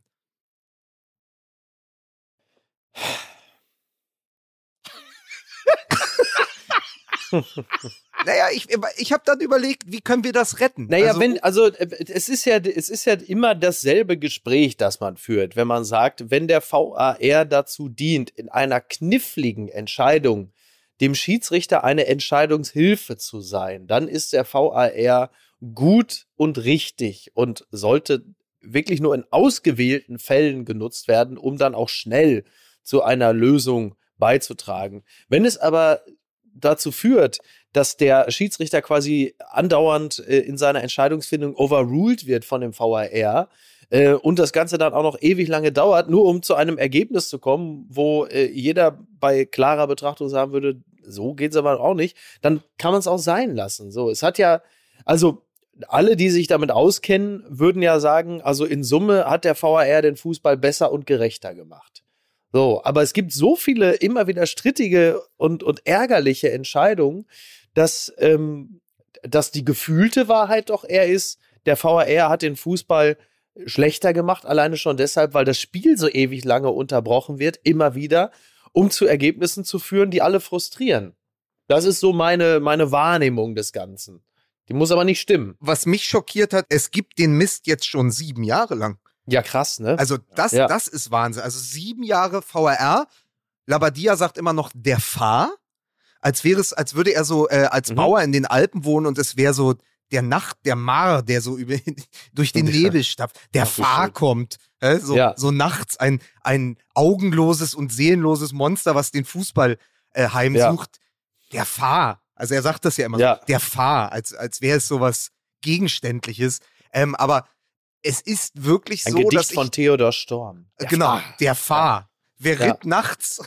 Speaker 3: Naja, ich, ich habe dann überlegt, wie können wir das retten?
Speaker 2: Naja,
Speaker 3: Also,
Speaker 2: wenn, also äh, es ist ja, es ist ja immer dasselbe Gespräch, das man führt, wenn man sagt, wenn der V A R dazu dient, in einer kniffligen Entscheidung dem Schiedsrichter eine Entscheidungshilfe zu sein, dann ist der V A R gut und richtig und sollte wirklich nur in ausgewählten Fällen genutzt werden, um dann auch schnell zu einer Lösung beizutragen. Wenn es aber dazu führt, dass der Schiedsrichter quasi andauernd äh, in seiner Entscheidungsfindung overruled wird von dem V A R äh, und das Ganze dann auch noch ewig lange dauert, nur um zu einem Ergebnis zu kommen, wo äh, jeder bei klarer Betrachtung sagen würde, so geht's aber auch nicht, dann kann man es auch sein lassen. So, es hat ja, also alle, die sich damit auskennen, würden ja sagen, also in Summe hat der V A R den Fußball besser und gerechter gemacht. So, aber es gibt so viele immer wieder strittige und, und ärgerliche Entscheidungen, dass, ähm, dass die gefühlte Wahrheit doch eher ist, der V A R hat den Fußball schlechter gemacht, alleine schon deshalb, weil das Spiel so ewig lange unterbrochen wird, immer wieder. um zu Ergebnissen zu führen, die alle frustrieren. Das ist so meine, meine Wahrnehmung des Ganzen. Die muss aber nicht stimmen.
Speaker 3: Was mich schockiert hat, es gibt den Mist jetzt schon sieben Jahre lang.
Speaker 2: Ja, krass, ne?
Speaker 3: Also das,
Speaker 2: ja.
Speaker 3: das ist Wahnsinn. Also sieben Jahre V R R. Labadia sagt immer noch der F A, als wäre es, als würde er so äh, als mhm. Bauer in den Alpen wohnen und es wäre so der Nacht, der Mar, der so über, durch den Nebel stapft. Der F A kommt. Äh, so, ja. so nachts ein, ein augenloses und seelenloses Monster, was den Fußball äh, heimsucht. Ja. Der F A. Also er sagt das ja immer ja. so. Der F A, als, als wäre es sowas Gegenständliches. Ähm, aber es ist wirklich
Speaker 2: ein
Speaker 3: so,
Speaker 2: Gedicht
Speaker 3: dass ich,
Speaker 2: von Theodor Storm.
Speaker 3: Der genau, F A. Der F A. Ja. Wer ritt ja. nachts?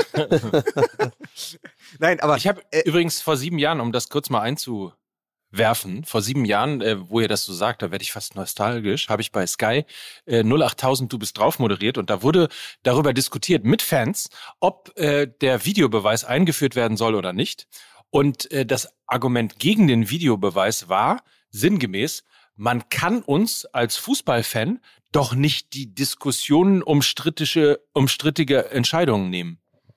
Speaker 3: Nein, aber
Speaker 1: ich habe äh, übrigens vor sieben Jahren, um das kurz mal einzuwerfen, vor sieben Jahren, äh, wo ihr das so sagt, da werde ich fast nostalgisch, habe ich bei Sky äh, null acht tausend Du bist drauf moderiert und da wurde darüber diskutiert mit Fans, ob äh, der Videobeweis eingeführt werden soll oder nicht. Und äh, das Argument gegen den Videobeweis war sinngemäß, man kann uns als Fußballfan doch nicht die Diskussionen um strittige, um strittige Entscheidungen nehmen.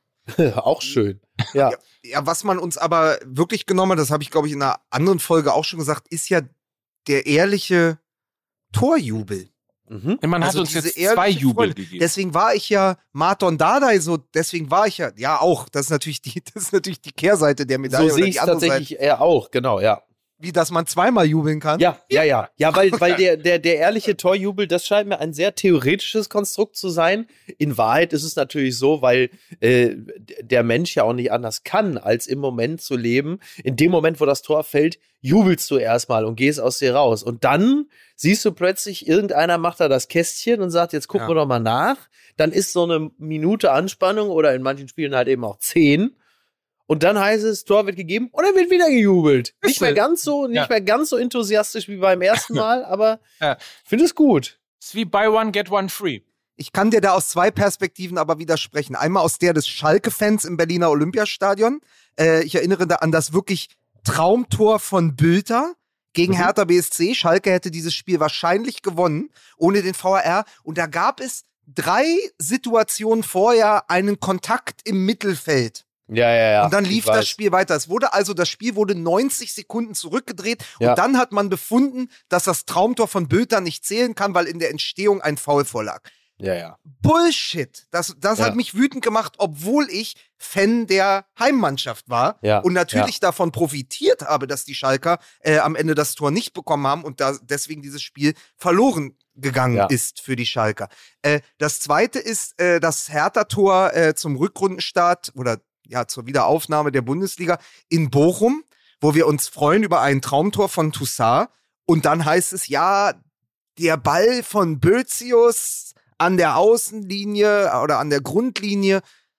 Speaker 2: Auch schön. Ja.
Speaker 3: ja. Ja, was man uns aber wirklich genommen hat, das habe ich, glaube ich, in einer anderen Folge auch schon gesagt, ist ja der ehrliche Torjubel.
Speaker 1: Mhm. Man
Speaker 3: also
Speaker 1: hat uns jetzt zwei Jubel
Speaker 3: Freunde.
Speaker 1: gegeben.
Speaker 3: Deswegen war ich ja Marton Dardai so, deswegen war ich ja, ja auch, das ist natürlich die, das ist natürlich die Kehrseite der Medaille.
Speaker 2: So sehe ich es tatsächlich Seite. eher auch, genau, ja.
Speaker 3: Wie, dass man zweimal jubeln kann?
Speaker 2: Ja, ja, ja. Ja, weil, weil der, der, der ehrliche Torjubel, das scheint mir ein sehr theoretisches Konstrukt zu sein. In Wahrheit ist es natürlich so, weil äh, der Mensch ja auch nicht anders kann, als im Moment zu leben. In dem Moment, wo das Tor fällt, jubelst du erstmal und gehst aus dir raus. Und dann siehst du plötzlich, irgendeiner macht da das Kästchen und sagt, jetzt gucken ja. wir doch mal nach. Dann ist so eine Minute Anspannung oder in manchen Spielen halt eben auch zehn. Und dann heißt es, Tor wird gegeben und dann wird wieder gejubelt. Nicht mehr ganz so, nicht ja. mehr ganz so enthusiastisch wie beim ersten Mal, aber ja. finde es gut.
Speaker 1: Es ist wie buy one, get one free.
Speaker 3: Ich kann dir da aus zwei Perspektiven aber widersprechen. Einmal aus der des Schalke-Fans im Berliner Olympiastadion. Äh, ich erinnere da an das wirklich Traumtor von Bülter gegen mhm. Hertha B S C. Schalke hätte dieses Spiel wahrscheinlich gewonnen, ohne den V R R. Und da gab es drei Situationen vorher einen Kontakt im Mittelfeld.
Speaker 2: Ja, ja, ja.
Speaker 3: Und dann lief das Spiel weiter. Es wurde also, das Spiel wurde neunzig Sekunden zurückgedreht ja. und dann hat man befunden, dass das Traumtor von Bülter nicht zählen kann, weil in der Entstehung ein Foul vorlag.
Speaker 2: Ja, ja.
Speaker 3: Bullshit. Das, das ja. hat mich wütend gemacht, obwohl ich Fan der Heimmannschaft war
Speaker 2: ja.
Speaker 3: und natürlich
Speaker 2: ja.
Speaker 3: davon profitiert habe, dass die Schalker äh, am Ende das Tor nicht bekommen haben und da deswegen dieses Spiel verloren gegangen ja. ist für die Schalker. Äh, das zweite ist äh, das Hertha-Tor äh, zum Rückrundenstart oder ja, zur Wiederaufnahme der Bundesliga in Bochum, wo wir uns freuen über ein Traumtor von Toussaint. Und dann heißt es, ja, der Ball von Bözius an der Außenlinie oder an der Grundlinie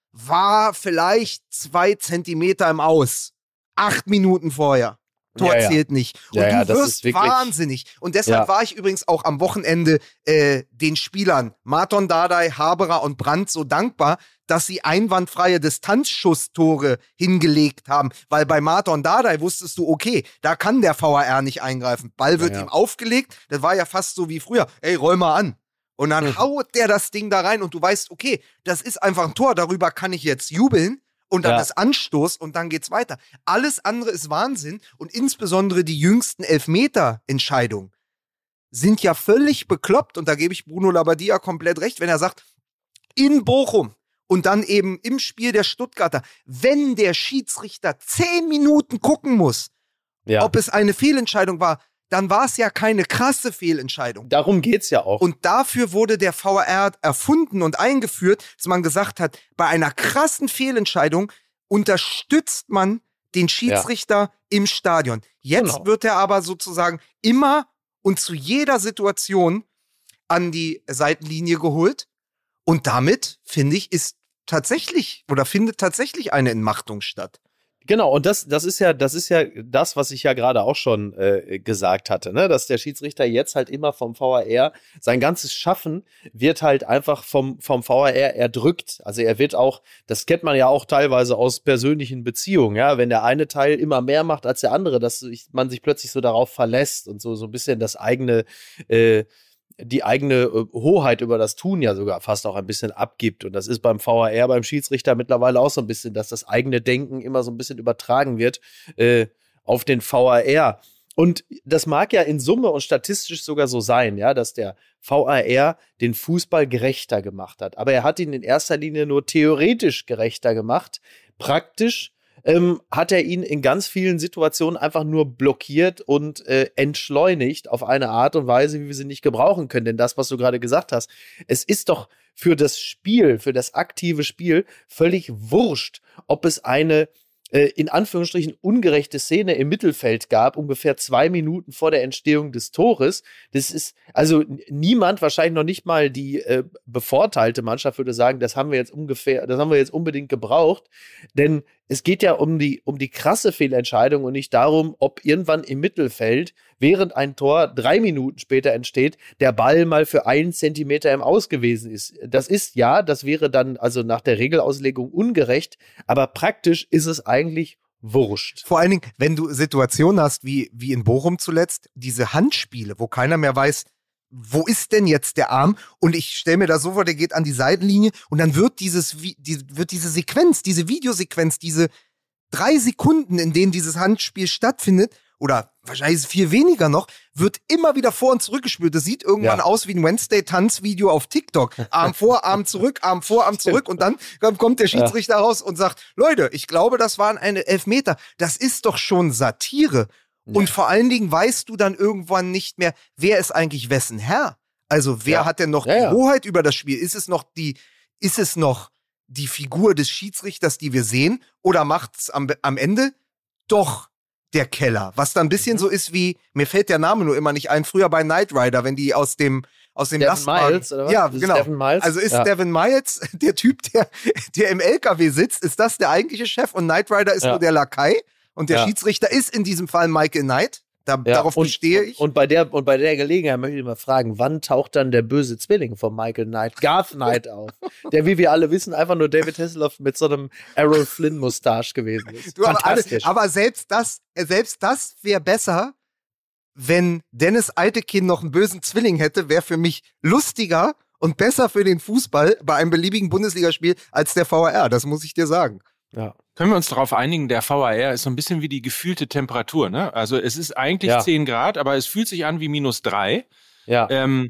Speaker 3: war vielleicht zwei Zentimeter im Aus. Acht Minuten vorher. Tor ja, ja. zählt nicht. Und
Speaker 2: ja, ja,
Speaker 3: du wirst wahnsinnig. Und deshalb ja. war ich übrigens auch am Wochenende äh, den Spielern Marton Dardai, Haberer und Brandt so dankbar, dass sie einwandfreie Distanzschusstore hingelegt haben. Weil bei Marton Dardai wusstest du, okay, da kann der V R R nicht eingreifen. Ball wird ja, ja. ihm aufgelegt. Das war ja fast so wie früher. Ey, roll mal an. Und dann mhm. haut der das Ding da rein und du weißt, okay, das ist einfach ein Tor. Darüber kann ich jetzt jubeln. Und dann ja. ist Anstoß und dann geht's weiter. Alles andere ist Wahnsinn und insbesondere die jüngsten Elfmeter-Entscheidungen sind ja völlig bekloppt und da gebe ich Bruno Labbadia komplett recht, wenn er sagt, in Bochum und dann eben im Spiel der Stuttgarter, wenn der Schiedsrichter zehn Minuten gucken muss, ja. ob es eine Fehlentscheidung war, dann war es ja keine krasse Fehlentscheidung.
Speaker 2: Darum geht's ja auch.
Speaker 3: Und dafür wurde der V R R erfunden und eingeführt, dass man gesagt hat, bei einer krassen Fehlentscheidung unterstützt man den Schiedsrichter ja. im Stadion. Jetzt genau. wird er aber sozusagen immer und zu jeder Situation an die Seitenlinie geholt. Und damit, finde ich, ist tatsächlich oder findet tatsächlich eine Entmachtung statt.
Speaker 2: Genau, und das, das ist ja, das ist ja das, was ich ja gerade auch schon äh, gesagt hatte, ne? Dass der Schiedsrichter jetzt halt immer vom V R R, sein ganzes Schaffen wird halt einfach vom, vom V R R erdrückt. Also er wird auch, das kennt man ja auch teilweise aus persönlichen Beziehungen, ja, wenn der eine Teil immer mehr macht als der andere, dass man sich plötzlich so darauf verlässt und so, so ein bisschen das eigene, äh, die eigene äh, Hoheit über das Tun ja sogar fast auch ein bisschen abgibt. Und das ist beim V A R, beim Schiedsrichter mittlerweile auch so ein bisschen, dass das eigene Denken immer so ein bisschen übertragen wird äh, auf den V A R. Und das mag ja in Summe und statistisch sogar so sein, ja, dass der V A R den Fußball gerechter gemacht hat. Aber er hat ihn in erster Linie nur theoretisch gerechter gemacht. Praktisch ähm, hat er ihn in ganz vielen Situationen einfach nur blockiert und äh, entschleunigt auf eine Art und Weise, wie wir sie nicht gebrauchen können. Denn das, was du gerade gesagt hast, es ist doch für das Spiel, für das aktive Spiel völlig wurscht, ob es eine äh, in Anführungsstrichen ungerechte Szene im Mittelfeld gab, ungefähr zwei Minuten vor der Entstehung des Tores. Das ist, also niemand, wahrscheinlich noch nicht mal die äh, bevorteilte Mannschaft würde sagen, das haben wir jetzt ungefähr, das haben wir jetzt unbedingt gebraucht, denn es geht ja um die, um die krasse Fehlentscheidung und nicht darum, ob irgendwann im Mittelfeld, während ein Tor drei Minuten später entsteht, der Ball mal für einen Zentimeter im Aus gewesen ist. Das ist, ja, das wäre dann also nach der Regelauslegung ungerecht, aber praktisch ist es eigentlich wurscht.
Speaker 3: Vor allen Dingen, wenn du Situationen hast, wie, wie in Bochum zuletzt, diese Handspiele, wo keiner mehr weiß, wo ist denn jetzt der Arm? Und ich stelle mir das so vor, der geht an die Seitenlinie und dann wird dieses, die, wird diese Sequenz, diese Videosequenz, diese drei Sekunden, in denen dieses Handspiel stattfindet, oder wahrscheinlich ist es viel weniger noch, wird immer wieder vor und zurückgespült. Das sieht irgendwann ja. aus wie ein Wednesday-Tanzvideo auf TikTok. Arm vor, Arm zurück, Arm vor, Arm zurück und dann kommt der Schiedsrichter ja. raus und sagt, Leute, ich glaube, das waren eine Elfmeter. Das ist doch schon Satire. Ja. Und vor allen Dingen weißt du dann irgendwann nicht mehr, wer ist eigentlich wessen Herr? Also wer ja. hat denn noch ja, die ja. Hoheit über das Spiel? Ist es noch die, ist es noch die Figur des Schiedsrichters, die wir sehen? Oder macht es am, am Ende doch der Keller? Was dann ein bisschen mhm. so ist wie, mir fällt der Name nur immer nicht ein, früher bei Knight Rider, wenn die aus dem aus dem
Speaker 2: Devin Miles, oder was?
Speaker 3: Ja,
Speaker 2: ist
Speaker 3: genau.
Speaker 2: Devin Miles?
Speaker 3: Also ist
Speaker 2: ja.
Speaker 3: Devin Miles der Typ, der, der im L K W sitzt, ist das der eigentliche Chef und Knight Rider ist ja. nur der Lakai? Und der ja. Schiedsrichter ist in diesem Fall Michael Knight. Da, ja, darauf
Speaker 2: und,
Speaker 3: bestehe ich.
Speaker 2: Und bei, der, und bei der Gelegenheit möchte ich mal fragen, wann taucht dann der böse Zwilling von Michael Knight, Garth Knight, auf? Der, wie wir alle wissen, einfach nur David Hasselhoff mit so einem Errol Flynn-Mustache gewesen ist.
Speaker 3: Du, Fantastisch. Aber, alle, aber selbst das, selbst das wäre besser, wenn Dennis Eitekin noch einen bösen Zwilling hätte, wäre für mich lustiger und besser für den Fußball bei einem beliebigen Bundesligaspiel als der V A R. Das muss ich dir sagen.
Speaker 1: Ja. Können wir uns darauf einigen, der V A R ist so ein bisschen wie die gefühlte Temperatur, ne? Also es ist eigentlich ja. zehn Grad, aber es fühlt sich an wie minus drei.
Speaker 2: Ja.
Speaker 1: Ähm,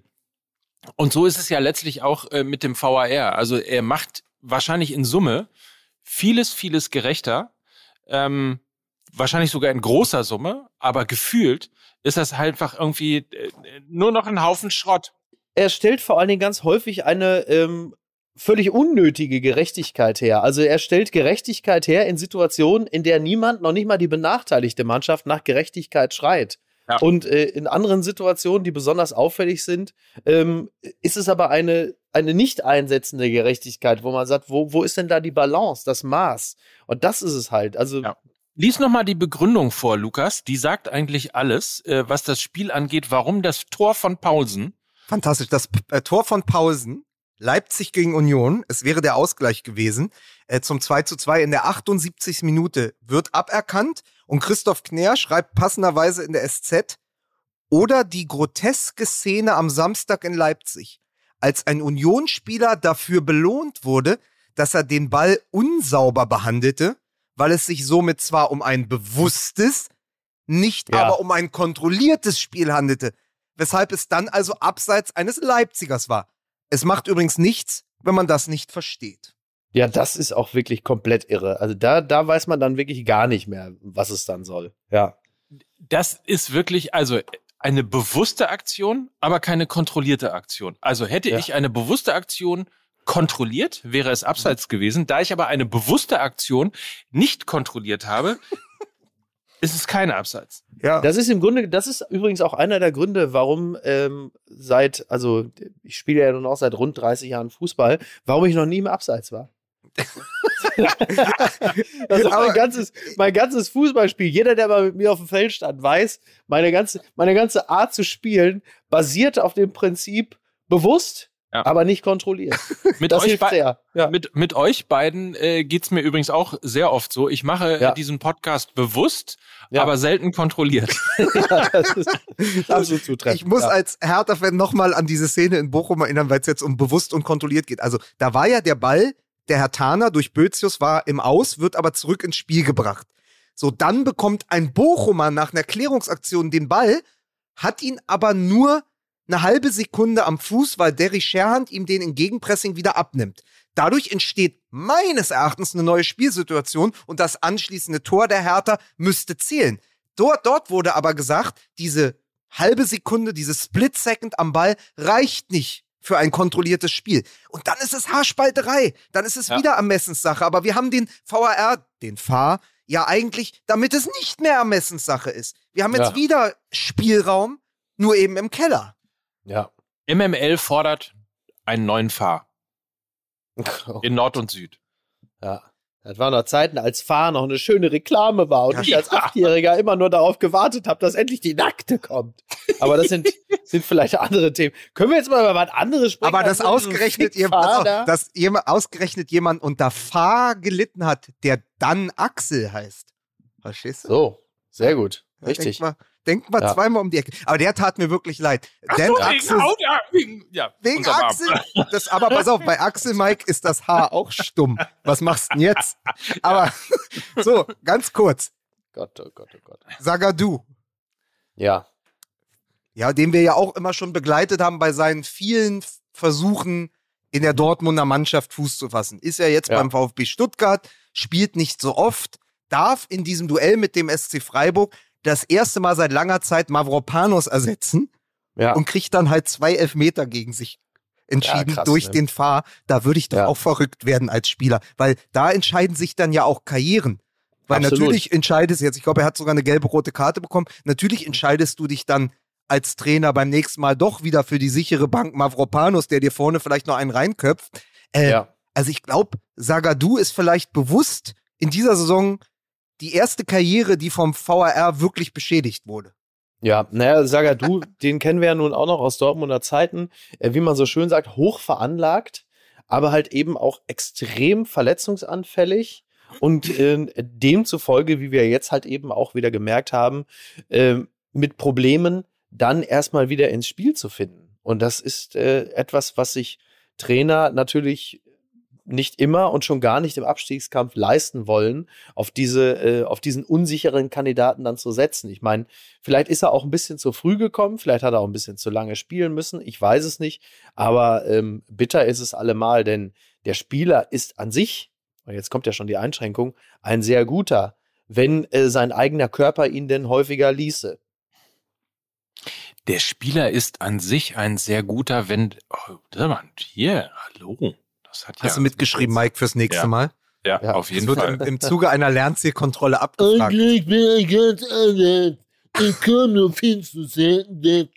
Speaker 1: und so ist es ja letztlich auch äh, mit dem V A R. Also er macht wahrscheinlich in Summe vieles, vieles gerechter. Ähm, wahrscheinlich sogar in großer Summe, aber gefühlt ist das halt einfach irgendwie äh, nur noch ein Haufen Schrott.
Speaker 2: Er stellt vor allen Dingen ganz häufig eine ähm, völlig unnötige Gerechtigkeit her. Also er stellt Gerechtigkeit her in Situationen, in der niemand, noch nicht mal die benachteiligte Mannschaft, nach Gerechtigkeit schreit. Ja. Und äh, in anderen Situationen, die besonders auffällig sind, ähm, ist es aber eine, eine nicht einsetzende Gerechtigkeit, wo man sagt, wo, wo ist denn da die Balance, das Maß? Und das ist es halt. Also
Speaker 1: ja. Lies nochmal die Begründung vor, Lukas. Die sagt eigentlich alles, äh, was das Spiel angeht, warum das Tor von Paulsen.
Speaker 3: Fantastisch. Das äh, Tor von Paulsen, Leipzig gegen Union, es wäre der Ausgleich gewesen, äh, zum zwei zu zwei in der achtundsiebzigsten Minute wird aberkannt und Christoph Kner schreibt passenderweise in der S Z, oder die groteske Szene am Samstag in Leipzig, als ein Unionsspieler dafür belohnt wurde, dass er den Ball unsauber behandelte, weil es sich somit zwar um ein bewusstes, nicht ja. aber um ein kontrolliertes Spiel handelte, weshalb es dann also abseits eines Leipzigers war. Es macht übrigens nichts, wenn man das nicht versteht.
Speaker 2: Ja, das ist auch wirklich komplett irre. Also da, da weiß man dann wirklich gar nicht mehr, was es dann soll. Ja.
Speaker 1: Das ist wirklich, also eine bewusste Aktion, aber keine kontrollierte Aktion. Also hätte ja. ich eine bewusste Aktion kontrolliert, wäre es abseits gewesen. Da ich aber eine bewusste Aktion nicht kontrolliert habe, ist es keine Abseits.
Speaker 2: Ja. Das ist im Grunde, das ist übrigens auch einer der Gründe, warum ähm, seit, also ich spiele ja nun auch seit rund dreißig Jahren Fußball, warum ich noch nie im Abseits war. Also mein ganzes, mein ganzes Fußballspiel, jeder, der mal mit mir auf dem Feld stand, weiß, meine ganze, meine ganze Art zu spielen basiert auf dem Prinzip bewusst
Speaker 1: Ja.
Speaker 2: Aber nicht kontrolliert.
Speaker 1: Mit
Speaker 2: Das
Speaker 1: euch,
Speaker 2: hilft
Speaker 1: bei-
Speaker 2: sehr. Ja.
Speaker 1: mit, mit euch beiden äh, geht's mir übrigens auch sehr oft so. Ich mache
Speaker 2: Ja.
Speaker 1: äh, diesen Podcast bewusst,
Speaker 2: Ja.
Speaker 1: aber selten kontrolliert.
Speaker 2: Ja, das ist absolut zutreffend.
Speaker 3: Ich muss
Speaker 2: ja.
Speaker 3: als Hertha-Fan nochmal an diese Szene in Bochum erinnern, weil es jetzt um bewusst und kontrolliert geht. Also da war ja der Ball, der Herthaner durch Bözius war im Aus, wird aber zurück ins Spiel gebracht. So, dann bekommt ein Bochumer nach einer Klärungsaktion den Ball, hat ihn aber nur eine halbe Sekunde am Fuß, weil Derry Scherhand ihm den Entgegenpressing wieder abnimmt. Dadurch entsteht meines Erachtens eine neue Spielsituation und das anschließende Tor der Hertha müsste zählen. Dort, dort wurde aber gesagt, diese halbe Sekunde, diese Split-Second am Ball reicht nicht für ein kontrolliertes Spiel. Und dann ist es Haarspalterei. Dann ist es
Speaker 1: Ja.
Speaker 3: wieder Ermessenssache. Aber wir haben den V A R, den V A R, ja eigentlich, damit es nicht mehr Ermessenssache ist. Wir haben jetzt
Speaker 2: Ja.
Speaker 3: wieder Spielraum, nur eben im Keller.
Speaker 2: Ja.
Speaker 1: M M L fordert einen neuen Fahr
Speaker 2: Oh,
Speaker 1: in Nord und Süd.
Speaker 2: ja. Das waren noch Zeiten, als Fahr noch eine schöne Reklame war und
Speaker 3: Ja.
Speaker 2: ich als Achtjähriger immer nur darauf gewartet habe, dass endlich die Nackte kommt. Aber das sind, sind vielleicht andere Themen. Können wir jetzt mal über was anderes sprechen?
Speaker 3: Aber dass
Speaker 2: als nur diesen
Speaker 3: ausgerechnet,
Speaker 2: Fick
Speaker 3: jemand,
Speaker 2: Fahr
Speaker 3: dass,
Speaker 2: da?
Speaker 3: auch, dass jemand, ausgerechnet jemand unter Fahr gelitten hat, der dann Axel heißt. Verstehst du?
Speaker 2: So, sehr gut.
Speaker 3: Ja,
Speaker 2: Richtig.
Speaker 3: Denk mal, denk mal
Speaker 2: Ja.
Speaker 3: zweimal um die Ecke. Aber der tat mir wirklich leid. Denn
Speaker 1: So,
Speaker 3: Axel,
Speaker 1: wegen, ja, wegen, ja,
Speaker 3: wegen
Speaker 1: unterm Arm.
Speaker 3: Axel, das, aber pass auf, bei Axel Mike ist das Haar auch stumm. Was machst du denn jetzt? Aber so, ganz kurz.
Speaker 2: Gott, oh Gott, oh Gott.
Speaker 3: Zagadou.
Speaker 2: Ja.
Speaker 3: Ja, den wir ja auch immer schon begleitet haben bei seinen vielen Versuchen in der Dortmunder Mannschaft Fuß zu fassen. Ist ja jetzt
Speaker 2: Ja.
Speaker 3: beim VfB Stuttgart, spielt nicht so oft, darf in diesem Duell mit dem S C Freiburg das erste Mal seit langer Zeit Mavropanos ersetzen
Speaker 2: Ja.
Speaker 3: und kriegt dann halt zwei Elfmeter gegen sich entschieden
Speaker 2: Ja, krass,
Speaker 3: durch
Speaker 2: ne?
Speaker 3: den Fahr. Da würde ich doch
Speaker 2: Ja.
Speaker 3: auch verrückt werden als Spieler, weil da entscheiden sich dann ja auch Karrieren. Weil
Speaker 2: Absolut.
Speaker 3: natürlich entscheidest jetzt, ich glaube, er hat sogar eine gelbe-rote Karte bekommen, natürlich entscheidest du dich dann als Trainer beim nächsten Mal doch wieder für die sichere Bank Mavropanos, der dir vorne vielleicht noch einen reinköpft. Äh,
Speaker 2: ja.
Speaker 3: Also ich glaube, Zagadou ist vielleicht bewusst in dieser Saison die erste Karriere, die vom V A R wirklich beschädigt wurde.
Speaker 2: Ja, naja, Zagadou, den kennen wir ja nun auch noch aus Dortmunder Zeiten, äh, wie man so schön sagt, hoch veranlagt, aber halt eben auch extrem verletzungsanfällig und äh, demzufolge, wie wir jetzt halt eben auch wieder gemerkt haben, äh, mit Problemen dann erstmal wieder ins Spiel zu finden. Und das ist äh, etwas, was sich Trainer natürlich nicht immer und schon gar nicht im Abstiegskampf leisten wollen, auf diese, äh, auf diesen unsicheren Kandidaten dann zu setzen. Ich meine, vielleicht ist er auch ein bisschen zu früh gekommen, vielleicht hat er auch ein bisschen zu lange spielen müssen, ich weiß es nicht, aber ähm, bitter ist es allemal, denn der Spieler ist an sich, und jetzt kommt ja schon die Einschränkung, ein sehr guter, wenn äh, sein eigener Körper ihn denn häufiger ließe.
Speaker 1: Der Spieler ist an sich ein sehr guter, wenn, oh, sag mal, hier, hallo. Das hat
Speaker 3: Hast
Speaker 1: ja,
Speaker 3: du mitgeschrieben, Mike, fürs nächste
Speaker 1: Ja.
Speaker 3: Mal?
Speaker 1: Ja,
Speaker 2: Ja.
Speaker 1: auf jeden
Speaker 3: Das wird
Speaker 1: Fall.
Speaker 3: im, im Zuge einer Lernzielkontrolle abgefragt.
Speaker 5: Eigentlich bin ich ganz anders. Ich komme nur viel zu selten weg.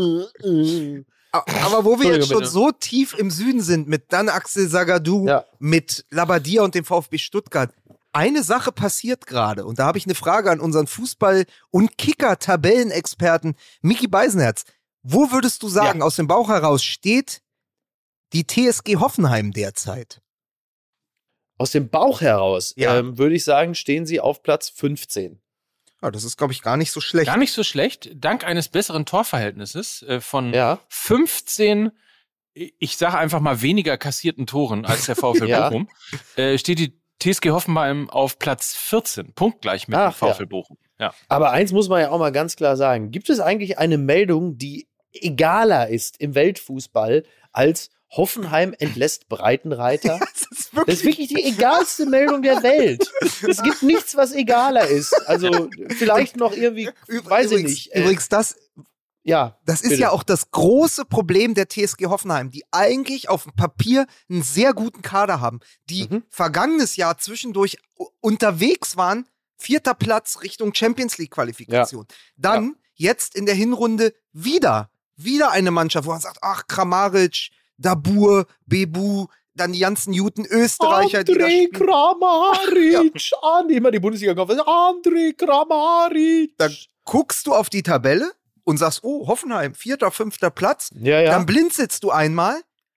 Speaker 3: A- Aber wo wir jetzt
Speaker 2: Entschuldige
Speaker 3: schon
Speaker 2: bitte.
Speaker 3: so tief im Süden sind, mit dann Axel Zagadou,
Speaker 2: Ja.
Speaker 3: mit Labadia und dem VfB Stuttgart, eine Sache passiert gerade. Und da habe ich eine Frage an unseren Fußball- und Kicker-Tabellenexperten Micky Beisenherz. Wo würdest du sagen, aus dem Bauch heraus steht die T S G Hoffenheim derzeit?
Speaker 2: Aus dem Bauch heraus,
Speaker 3: Ja.
Speaker 2: ähm, würde ich sagen, stehen sie auf Platz fünfzehn.
Speaker 3: Ja, das ist, glaube ich, gar nicht so schlecht.
Speaker 1: Gar nicht so schlecht, dank eines besseren Torverhältnisses äh, von
Speaker 2: Ja.
Speaker 1: fünfzehn, ich sage einfach mal weniger kassierten Toren als der VfL
Speaker 2: Ja.
Speaker 1: Bochum, äh, steht die T S G Hoffenheim auf Platz vierzehn, punktgleich mit
Speaker 2: Ach,
Speaker 1: dem VfL Bochum. Ja.
Speaker 2: Aber eins muss man ja auch mal ganz klar sagen. Gibt es eigentlich eine Meldung, die egaler ist im Weltfußball als Hoffenheim entlässt Breitenreiter?
Speaker 3: Das ist
Speaker 2: Das ist
Speaker 3: wirklich,
Speaker 2: wirklich die egalste Meldung der Welt. Es gibt nichts, was egaler ist. Also vielleicht noch irgendwie,
Speaker 3: Üb-
Speaker 2: weiß ich
Speaker 3: übrigens,
Speaker 2: nicht. Äh,
Speaker 3: Übrigens, das,
Speaker 2: ja,
Speaker 3: das ist
Speaker 2: bitte.
Speaker 3: ja auch das große Problem der T S G Hoffenheim, die eigentlich auf dem Papier einen sehr guten Kader haben, die
Speaker 2: Mhm.
Speaker 3: vergangenes Jahr zwischendurch u- unterwegs waren, vierter Platz Richtung Champions League Qualifikation. Dann jetzt in der Hinrunde wieder, wieder eine Mannschaft, wo man sagt, ach, Kramaric, Dabur, Bebu, dann die ganzen guten Österreicher, die da
Speaker 2: André
Speaker 3: spielen.
Speaker 2: Kramaric. Ah, nee, immer die Bundesliga kommt. André Kramaric.
Speaker 3: Dann guckst du auf die Tabelle und sagst, oh, Hoffenheim, vierter, fünfter Platz.
Speaker 2: Ja, ja.
Speaker 3: Dann blinzelst du einmal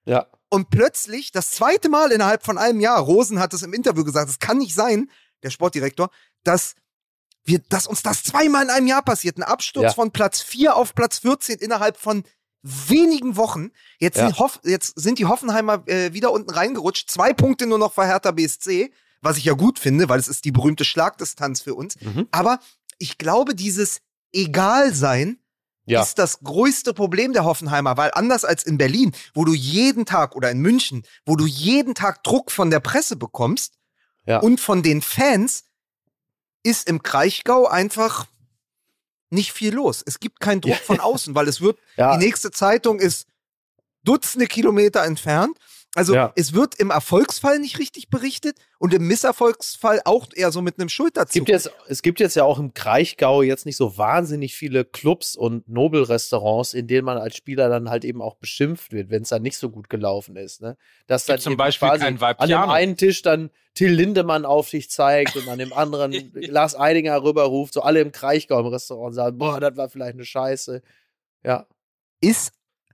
Speaker 2: Ja.
Speaker 3: Und plötzlich, das zweite Mal innerhalb von einem Jahr, Rosen hat es im Interview gesagt, es kann nicht sein, der Sportdirektor, dass wir, dass uns das zweimal in einem Jahr passiert. Ein Absturz
Speaker 2: Ja.
Speaker 3: von Platz vier auf Platz vierzehn innerhalb von wenigen Wochen. Jetzt,
Speaker 2: Ja.
Speaker 3: sind, Hoff, jetzt sind die Hoffenheimer äh, wieder unten reingerutscht. Zwei Punkte nur noch für Hertha B S C, was ich ja gut finde, weil es ist die berühmte Schlagdistanz für uns.
Speaker 2: Mhm.
Speaker 3: Aber ich glaube, dieses Egalsein
Speaker 2: Ja.
Speaker 3: ist das größte Problem der Hoffenheimer, weil anders als in Berlin, wo du jeden Tag oder in München, wo du jeden Tag Druck von der Presse bekommst
Speaker 2: Ja.
Speaker 3: und von den Fans, ist im Kraichgau einfach nicht viel los. Es gibt keinen Druck
Speaker 2: Ja.
Speaker 3: von außen, weil es wird,
Speaker 2: Ja.
Speaker 3: die nächste Zeitung ist Dutzende Kilometer entfernt. Also
Speaker 2: Ja.
Speaker 3: es wird im Erfolgsfall nicht richtig berichtet und im Misserfolgsfall auch eher so mit einem
Speaker 2: Es
Speaker 3: Schulterzug.
Speaker 2: gibt, jetzt, es gibt jetzt ja auch im Kraichgau jetzt nicht so wahnsinnig viele Clubs und Nobelrestaurants, in denen man als Spieler dann halt eben auch beschimpft wird, wenn es dann nicht so gut gelaufen ist. Ne? Dass dann
Speaker 1: Gibt zum
Speaker 2: eben
Speaker 1: Beispiel
Speaker 2: quasi
Speaker 1: kein Vibe
Speaker 2: an dem
Speaker 1: Piano.
Speaker 2: einen Tisch dann Till Lindemann auf dich zeigt und an dem anderen Lars Eidinger rüberruft, so alle im Kraichgau im Restaurant sagen, boah, das war vielleicht eine Scheiße. Ja.
Speaker 3: Ist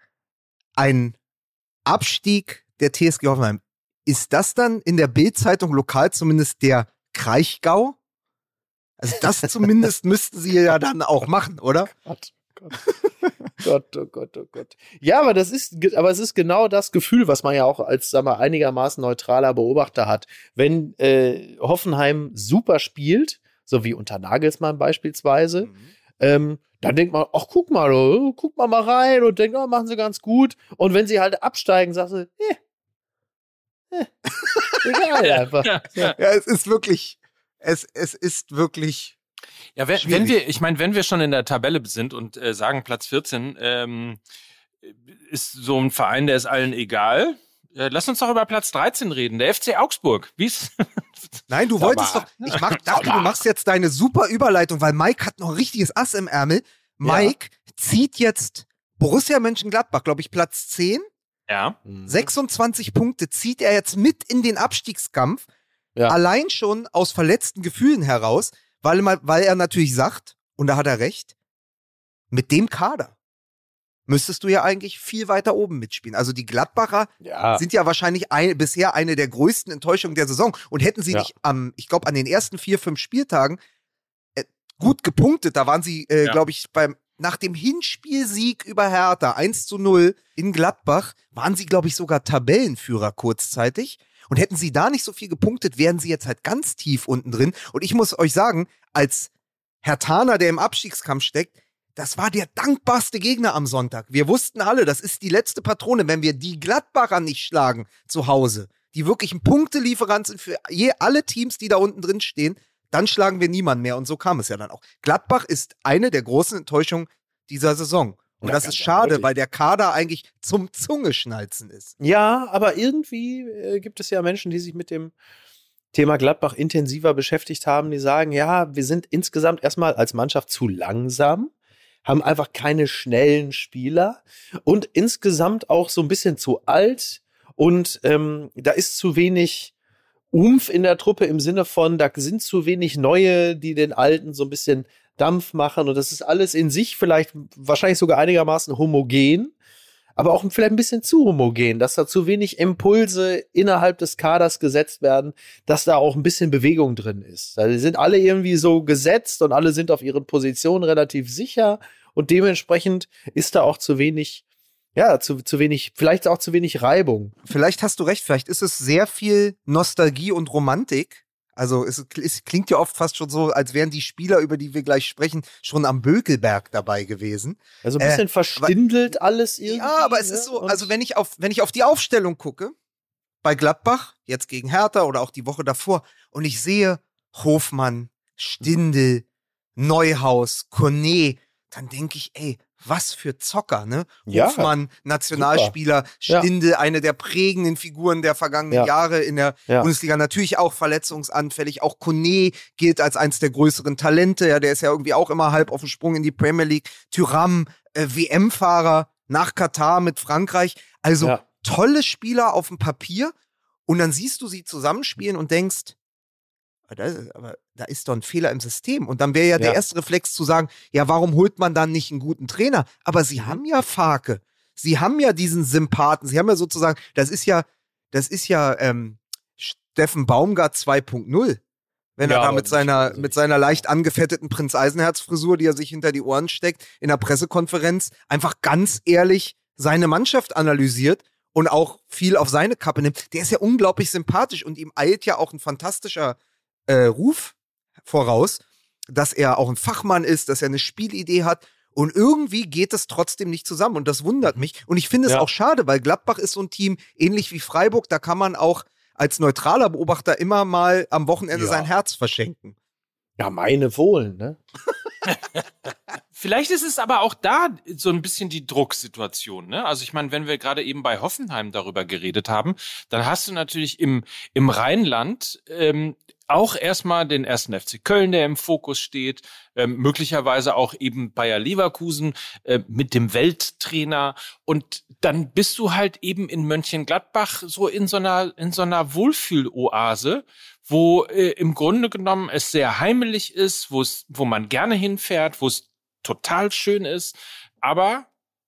Speaker 3: ein Abstieg der T S G Hoffenheim, ist das dann in der Bild-Zeitung lokal zumindest der Kraichgau? Also das zumindest müssten sie ja dann auch machen, oder?
Speaker 2: Gott, Gott. Gott, oh Gott, oh Gott. Ja, aber das ist, aber es ist genau das Gefühl, was man ja auch als, sag mal, einigermaßen neutraler Beobachter hat. Wenn äh, Hoffenheim super spielt, so wie unter Nagelsmann beispielsweise, ähm, dann denkt man, ach, guck mal, oh, guck mal mal rein und denkt, oh, machen sie ganz gut. Und wenn sie halt absteigen, sagst du, eh, eh, egal einfach.
Speaker 1: Ja.
Speaker 3: Ja, es ist wirklich, es, es ist wirklich.
Speaker 1: Ja, wenn,
Speaker 3: Schwierig.
Speaker 1: wenn wir, ich meine, wenn wir schon in der Tabelle sind und äh, sagen Platz vierzehn, ähm, ist so ein Verein, der ist allen egal. Äh, lass uns doch über Platz dreizehn reden, der F C Augsburg. Wie ist
Speaker 3: Nein, du
Speaker 2: Sag
Speaker 3: wolltest
Speaker 2: mal.
Speaker 3: doch. Ich mach, dachte, du machst jetzt deine super Überleitung, weil Mike hat noch ein richtiges Ass im Ärmel. Mike zieht jetzt Borussia Mönchengladbach, glaube ich, Platz zehn.
Speaker 1: Ja.
Speaker 3: sechsundzwanzig Punkte zieht er jetzt mit in den Abstiegskampf.
Speaker 2: Ja.
Speaker 3: Allein schon aus verletzten Gefühlen heraus, weil, er- weil er natürlich sagt, und da hat er recht, mit dem Kader müsstest du ja eigentlich viel weiter oben mitspielen. Also die Gladbacher
Speaker 2: Ja.
Speaker 3: sind ja wahrscheinlich ein, bisher eine der größten Enttäuschungen der Saison. Und hätten sie
Speaker 2: Ja.
Speaker 3: nicht am, ich glaube, an den ersten vier, fünf Spieltagen äh, gut gepunktet, da waren sie, äh,
Speaker 1: Ja.
Speaker 3: glaube ich, beim nach dem Hinspielsieg über Hertha eins zu null in Gladbach, waren sie, glaube ich, sogar Tabellenführer kurzzeitig. Und hätten sie da nicht so viel gepunktet, wären sie jetzt halt ganz tief unten drin. Und ich muss euch sagen, als Herthaner, der im Abstiegskampf steckt, das war der dankbarste Gegner am Sonntag. Wir wussten alle, das ist die letzte Patrone, wenn wir die Gladbacher nicht schlagen zu Hause, die wirklich ein Punktelieferant sind für je, alle Teams, die da unten drin stehen, dann schlagen wir niemanden mehr. Und so kam es ja dann auch. Gladbach ist eine der großen Enttäuschungen dieser Saison. Und
Speaker 2: Ja,
Speaker 3: das
Speaker 2: ganz
Speaker 3: ist schade,
Speaker 2: eindeutig.
Speaker 3: weil der Kader eigentlich zum Zungeschnalzen ist.
Speaker 2: Ja, aber irgendwie äh, gibt es ja Menschen, die sich mit dem Thema Gladbach intensiver beschäftigt haben, die sagen, ja, wir sind insgesamt erstmal als Mannschaft zu langsam, haben einfach keine schnellen Spieler und insgesamt auch so ein bisschen zu alt und ähm, da ist zu wenig Umf in der Truppe im Sinne von, da sind zu wenig Neue, die den Alten so ein bisschen Dampf machen und das ist alles in sich vielleicht wahrscheinlich sogar einigermaßen homogen, aber auch vielleicht ein bisschen zu homogen, dass da zu wenig Impulse innerhalb des Kaders gesetzt werden, dass da auch ein bisschen Bewegung drin ist. Also die sind alle irgendwie so gesetzt und alle sind auf ihren Positionen relativ sicher und dementsprechend ist da auch zu wenig, ja, zu, zu wenig, vielleicht auch zu wenig Reibung.
Speaker 3: Vielleicht hast du recht, vielleicht ist es sehr viel Nostalgie und Romantik. Also es, es klingt ja oft fast schon so, als wären die Spieler, über die wir gleich sprechen, schon am Bökelberg dabei gewesen.
Speaker 2: Also ein
Speaker 3: Äh,
Speaker 2: bisschen verstindelt alles irgendwie.
Speaker 3: Ja, aber es
Speaker 2: ne?
Speaker 3: ist so,
Speaker 2: Und-
Speaker 3: also wenn ich auf, wenn ich auf die Aufstellung gucke, bei Gladbach, jetzt gegen Hertha oder auch die Woche davor, und ich sehe Hofmann, Stindl, Neuhaus, Kone, dann denke ich, ey, was für Zocker, ne?
Speaker 2: Ja,
Speaker 3: Hofmann, Nationalspieler,
Speaker 2: Ja.
Speaker 3: Stindl, eine der prägenden Figuren der vergangenen
Speaker 2: Ja.
Speaker 3: Jahre in der
Speaker 2: Ja.
Speaker 3: Bundesliga, natürlich auch verletzungsanfällig. Auch Kone gilt als eines der größeren Talente, ja, der ist ja irgendwie auch immer halb auf dem Sprung in die Premier League. Thuram, äh, W M-Fahrer nach Katar mit Frankreich. Also
Speaker 2: Ja.
Speaker 3: tolle Spieler auf dem Papier und dann siehst du sie zusammenspielen und denkst, ah, da ist, aber da ist doch ein Fehler im System. Und dann wäre ja, der
Speaker 2: Ja.
Speaker 3: erste Reflex zu sagen, ja, warum holt man dann nicht einen guten Trainer? Aber sie haben ja Farke. sie haben ja diesen Sympathen, sie haben ja sozusagen, das ist ja, das ist ja ähm, Steffen Baumgart zwei Punkt null. Wenn
Speaker 2: Ja,
Speaker 3: er da
Speaker 2: aber
Speaker 3: mit
Speaker 2: nicht-
Speaker 3: seiner,
Speaker 2: also
Speaker 3: mit
Speaker 2: ich-
Speaker 3: seiner leicht angefetteten Prinz Eisenherz-Frisur, die er sich hinter die Ohren steckt, in der Pressekonferenz einfach ganz ehrlich seine Mannschaft analysiert und auch viel auf seine Kappe nimmt. Der ist ja unglaublich sympathisch und ihm eilt ja auch ein fantastischer äh, Ruf voraus, dass er auch ein Fachmann ist, dass er eine Spielidee hat. Und irgendwie geht es trotzdem nicht zusammen. Und das wundert mich. Und ich finde es
Speaker 2: Ja.
Speaker 3: auch schade, weil Gladbach ist so ein Team, ähnlich wie Freiburg, da kann man auch als neutraler Beobachter immer mal am Wochenende
Speaker 2: Ja.
Speaker 3: sein Herz verschenken.
Speaker 2: Ja, meine wohl, ne?
Speaker 1: Vielleicht ist es aber auch da so ein bisschen die Drucksituation, ne? Also ich meine, wenn wir gerade eben bei Hoffenheim darüber geredet haben, dann hast du natürlich im, im Rheinland ähm, auch erstmal den ersten F C Köln, der im Fokus steht, ähm, möglicherweise auch eben Bayer Leverkusen äh, mit dem Welttrainer und dann bist du halt eben in Mönchengladbach so in so einer, in so einer Wohlfühloase, wo äh, im Grunde genommen es sehr heimelig ist, wo es, wo man gerne hinfährt, wo es total schön ist, aber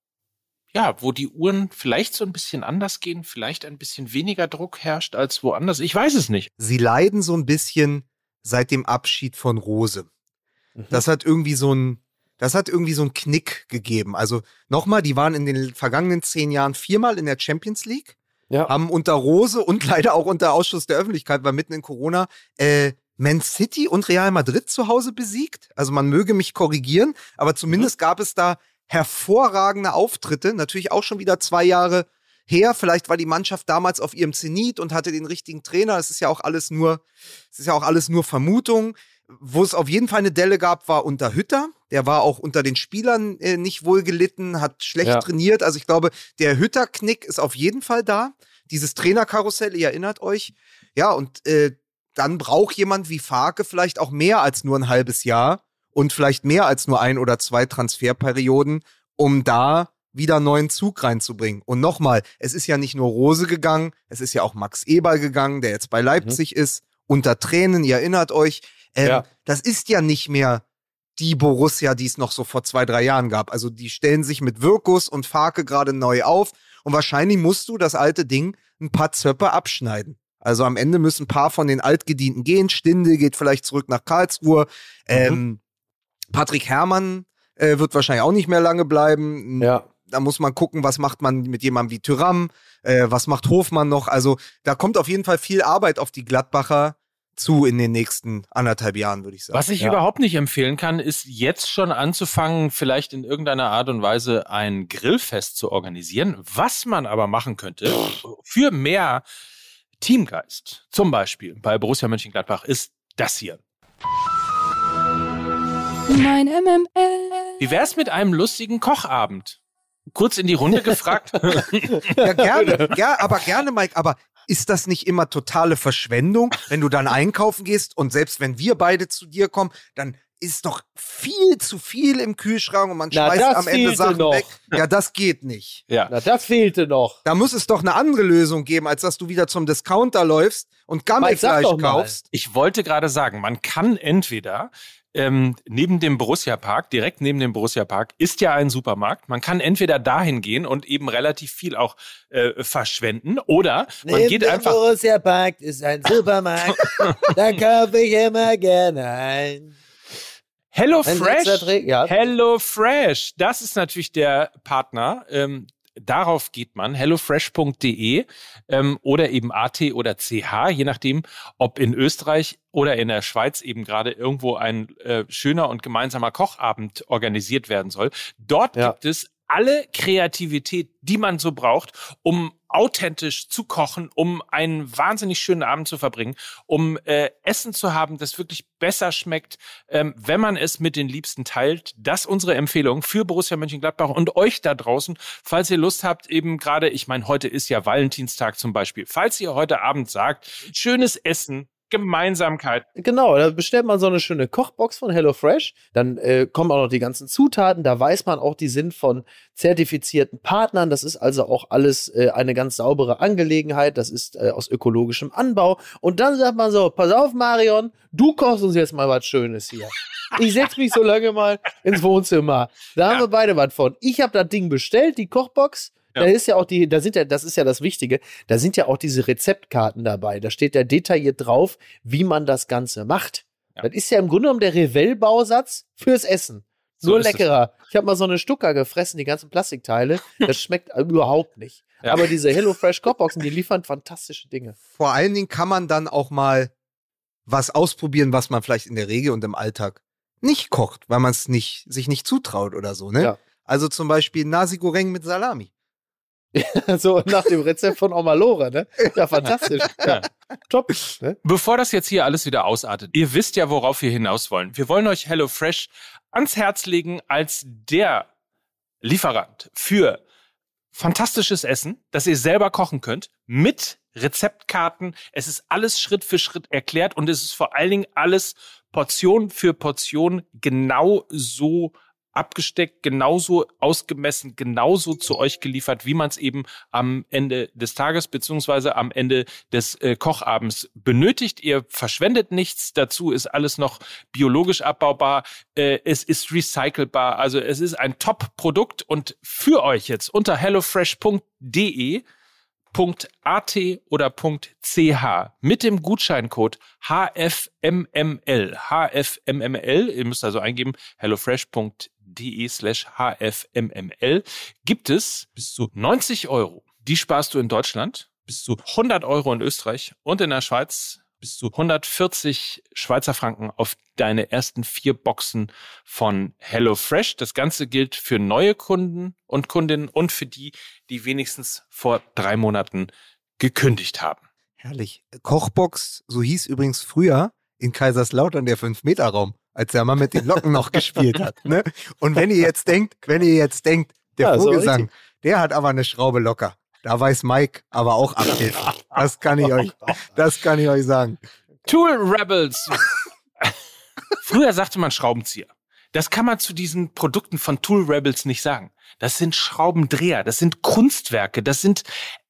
Speaker 1: ja, wo die Uhren vielleicht so ein bisschen anders gehen, vielleicht ein bisschen weniger Druck herrscht als woanders. Ich weiß es nicht.
Speaker 3: Sie leiden so ein bisschen seit dem Abschied von Rose.
Speaker 2: Mhm.
Speaker 3: Das hat irgendwie so ein, das hat irgendwie so einen Knick gegeben. Also nochmal, die waren in den vergangenen zehn Jahren viermal in der Champions League,
Speaker 2: Ja.
Speaker 3: haben unter Rose und leider auch unter Ausschluss der Öffentlichkeit, weil mitten in Corona, äh, Man City und Real Madrid zu Hause besiegt. Also man möge mich korrigieren, aber zumindest gab es da hervorragende Auftritte. Natürlich auch schon wieder zwei Jahre her. Vielleicht war die Mannschaft damals auf ihrem Zenit und hatte den richtigen Trainer. Es ist ja auch alles nur, es ist ja auch alles nur Vermutung. Wo es auf jeden Fall eine Delle gab, war unter Hütter. Der war auch unter den Spielern äh, nicht wohl gelitten, hat schlecht
Speaker 2: Ja.
Speaker 3: trainiert. Also ich glaube, der Hütter-Knick ist auf jeden Fall da. Dieses Trainerkarussell, ihr erinnert euch. Ja, und äh, dann braucht jemand wie Farke vielleicht auch mehr als nur ein halbes Jahr und vielleicht mehr als nur ein oder zwei Transferperioden, um da wieder neuen Zug reinzubringen. Und nochmal, es ist ja nicht nur Rose gegangen, es ist ja auch Max Eberl gegangen, der jetzt bei Leipzig ist, unter Tränen, ihr erinnert euch. Ähm,
Speaker 2: Ja.
Speaker 3: Das ist ja nicht mehr die Borussia, die es noch so vor zwei, drei Jahren gab. Also die stellen sich mit Wirkus und Farke gerade neu auf und wahrscheinlich musst du das alte Ding ein paar Zöpfe abschneiden. Also am Ende müssen ein paar von den Altgedienten gehen. Stindl geht vielleicht zurück nach Karlsruhe. Ähm, Patrick Herrmann äh, wird wahrscheinlich auch nicht mehr lange bleiben.
Speaker 2: Ja.
Speaker 3: Da muss man gucken, was macht man mit jemandem wie Thuram, äh, was macht Hofmann noch. Also da kommt auf jeden Fall viel Arbeit auf die Gladbacher zu in den nächsten anderthalb Jahren, würde ich sagen.
Speaker 1: Was ich
Speaker 2: Ja.
Speaker 1: überhaupt nicht empfehlen kann, ist jetzt schon anzufangen, vielleicht in irgendeiner Art und Weise ein Grillfest zu organisieren. Was man aber machen könnte für mehr Teamgeist, zum Beispiel bei Borussia Mönchengladbach, ist das hier.
Speaker 4: Mein M M L.
Speaker 1: Wie wär's mit einem lustigen Kochabend? Kurz in die Runde gefragt.
Speaker 3: Ja, gerne, ger aber gerne, Mike, aber ist das nicht immer totale Verschwendung, wenn du dann einkaufen gehst und selbst wenn wir beide zu dir kommen, dann ist doch viel zu viel im Kühlschrank und man
Speaker 2: Na,
Speaker 3: schmeißt
Speaker 2: das
Speaker 3: am Ende
Speaker 2: fehlte
Speaker 3: Sachen
Speaker 2: noch.
Speaker 3: weg. Ja, das geht nicht.
Speaker 1: Ja.
Speaker 2: Na, das fehlte noch.
Speaker 3: Da muss es doch eine andere Lösung geben, als dass du wieder zum Discounter läufst und
Speaker 2: Mike, sag
Speaker 3: Gammelfleisch
Speaker 2: doch mal.
Speaker 3: kaufst.
Speaker 1: Ich wollte gerade sagen, man kann entweder ähm, neben dem Borussia Park, direkt neben dem Borussia Park, ist ja ein Supermarkt. Man kann entweder dahin gehen und eben relativ viel auch äh, verschwenden oder man geht einfach.
Speaker 2: Borussia Park ist ein Supermarkt. Da kaufe ich immer gerne ein.
Speaker 1: Hello
Speaker 2: Ein
Speaker 1: Fresh.
Speaker 2: letzter Dreh- ja.
Speaker 1: Hello Fresh. Das ist natürlich der Partner. Ähm, darauf geht man, hellofresh punkt de ähm, oder eben A T oder C H, je nachdem, ob in Österreich oder in der Schweiz eben gerade irgendwo ein äh, schöner und gemeinsamer Kochabend organisiert werden soll. Dort
Speaker 2: Ja.
Speaker 1: gibt es alle Kreativität, die man so braucht, um authentisch zu kochen, um einen wahnsinnig schönen Abend zu verbringen, um äh, Essen zu haben, das wirklich besser schmeckt, ähm, wenn man es mit den Liebsten teilt. Das ist unsere Empfehlung für Borussia Mönchengladbach und euch da draußen, falls ihr Lust habt, eben gerade, ich meine, heute ist ja Valentinstag zum Beispiel, falls ihr heute Abend sagt, schönes Essen, Gemeinsamkeit.
Speaker 2: Genau, da bestellt man so eine schöne Kochbox von HelloFresh. Dann äh, kommen auch noch die ganzen Zutaten. Da weiß man auch, die sind von zertifizierten Partnern. Das ist also auch alles äh, eine ganz saubere Angelegenheit. Das ist äh, aus ökologischem Anbau. Und dann sagt man so, pass auf, Marion, du kochst uns jetzt mal was Schönes hier. Ich setz mich so lange mal ins Wohnzimmer. Da haben wir beide was von. Ich habe das Ding bestellt, die Kochbox. da ist ja auch die, da sind ja, das ist ja das Wichtige, da sind ja auch diese Rezeptkarten dabei. Da steht ja detailliert drauf, wie man das Ganze macht. Ja. Das ist ja im Grunde genommen der Revell-Bausatz fürs Essen. So Nur leckerer. Es. Ich habe mal so eine Stucker gefressen, die ganzen Plastikteile. Das schmeckt überhaupt nicht. Ja. Aber diese HelloFresh Kochboxen, die liefern fantastische Dinge.
Speaker 3: Vor allen Dingen kann man dann auch mal was ausprobieren, was man vielleicht in der Regel und im Alltag nicht kocht, weil man es nicht, sich nicht zutraut oder so, ne? Ja. Also zum Beispiel Nasi Goreng mit Salami.
Speaker 2: So nach dem Rezept von Oma Lore, ne? Ja, fantastisch. Ja. Top. Ne?
Speaker 1: Bevor das jetzt hier alles wieder ausartet, ihr wisst ja, worauf wir hinaus wollen. Wir wollen euch HelloFresh ans Herz legen als der Lieferant für fantastisches Essen, das ihr selber kochen könnt, mit Rezeptkarten. Es ist alles Schritt für Schritt erklärt und es ist vor allen Dingen alles Portion für Portion genau so abgesteckt, genauso ausgemessen, genauso zu euch geliefert, wie man es eben am Ende des Tages beziehungsweise am Ende des äh, Kochabends benötigt. Ihr verschwendet nichts, dazu ist alles noch biologisch abbaubar, äh, es ist recycelbar, also es ist ein Top-Produkt und für euch jetzt unter hellofresh punkt de .at oder .ch mit dem Gutscheincode H F M M L. H F M M L, ihr müsst also eingeben hellofresh punkt de slash H F M M L, gibt es bis zu neunzig Euro. Die sparst du in Deutschland, bis zu hundert Euro in Österreich und in der Schweiz bis zu hundertvierzig Schweizer Franken auf deine ersten vier Boxen von HelloFresh. Das Ganze gilt für neue Kunden und Kundinnen und für die, die wenigstens vor drei Monaten gekündigt haben.
Speaker 3: Herrlich. Kochbox, so hieß übrigens früher in Kaiserslautern der fünf Meter Raum, als der Mann mit den Locken noch gespielt hat. Ne? Und wenn ihr jetzt denkt, wenn ihr jetzt denkt, der ja, Vogelsang, so der hat aber eine Schraube locker. Da weiß Mike aber auch Abhilfe. Das kann ich euch, das kann ich euch sagen.
Speaker 1: Tool Rebels. Früher sagte man Schraubenzieher. Das kann man zu diesen Produkten von Tool Rebels nicht sagen. Das sind Schraubendreher, das sind Kunstwerke, das sind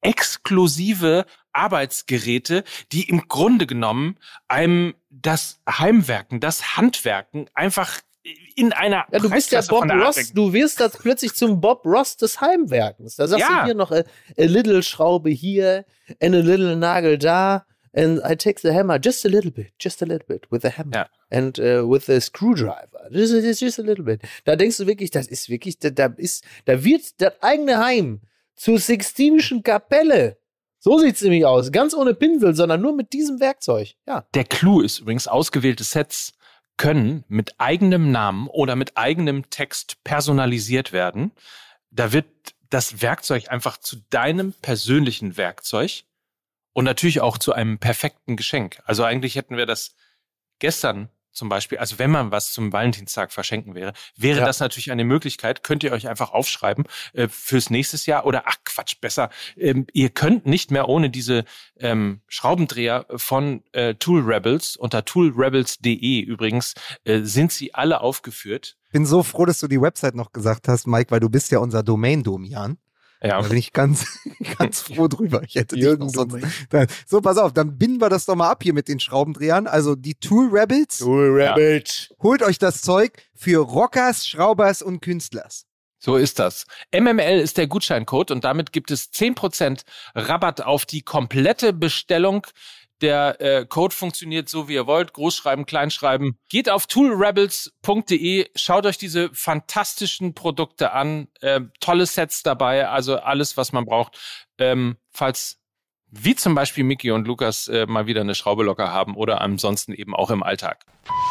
Speaker 1: exklusive Arbeitsgeräte, die im Grunde genommen einem das Heimwerken, das Handwerken einfach in einer
Speaker 2: ja, du bist ja Bob Ross, du wirst das plötzlich zum Bob Ross des Heimwerkens. Da sagst ja. du hier noch a, a little Schraube hier and a little Nagel da and I take the hammer just a little bit, just a little bit with the hammer ja. and uh, with the screwdriver, just, just, just a little bit. Da denkst du wirklich, das ist wirklich, da, da ist, da wird das eigene Heim zur Sixtinischen Kapelle. So sieht's nämlich aus, ganz ohne Pinsel, sondern nur mit diesem Werkzeug. Ja.
Speaker 1: Der Clou ist übrigens, ausgewählte Sets können mit eigenem Namen oder mit eigenem Text personalisiert werden. Da wird das Werkzeug einfach zu deinem persönlichen Werkzeug und natürlich auch zu einem perfekten Geschenk. Also eigentlich hätten wir das gestern zum Beispiel, also wenn man was zum Valentinstag verschenken wäre, wäre ja. das natürlich eine Möglichkeit, könnt ihr euch einfach aufschreiben äh, fürs nächste Jahr oder ach Quatsch, besser, ähm, ihr könnt nicht mehr ohne diese ähm, Schraubendreher von äh, Tool Rebels, unter tool rebels punkt de übrigens, äh, sind sie alle aufgeführt.
Speaker 3: Bin so froh, dass du die Website noch gesagt hast, Mike, weil du bist ja unser Domain-Domian. Ja. Da bin ich ganz, ganz froh drüber. Ich hätte dich noch sonst. Dann, so, pass auf, dann binden wir das doch mal ab hier mit den Schraubendrehern. Also die Tool Rebels.
Speaker 2: Tool Rebels.
Speaker 3: Ja. Holt euch das Zeug für Rockers, Schraubers und Künstlers.
Speaker 1: So ist das. M M L ist der Gutscheincode und damit gibt es zehn Prozent Rabatt auf die komplette Bestellung. Der äh, Code funktioniert so, wie ihr wollt. Großschreiben, Kleinschreiben. Geht auf tool rebels punkt de, schaut euch diese fantastischen Produkte an. Äh, tolle Sets dabei, also alles, was man braucht. Ähm, falls, wie zum Beispiel Miki und Lukas, äh, mal wieder eine Schraube locker haben oder ansonsten eben auch im Alltag.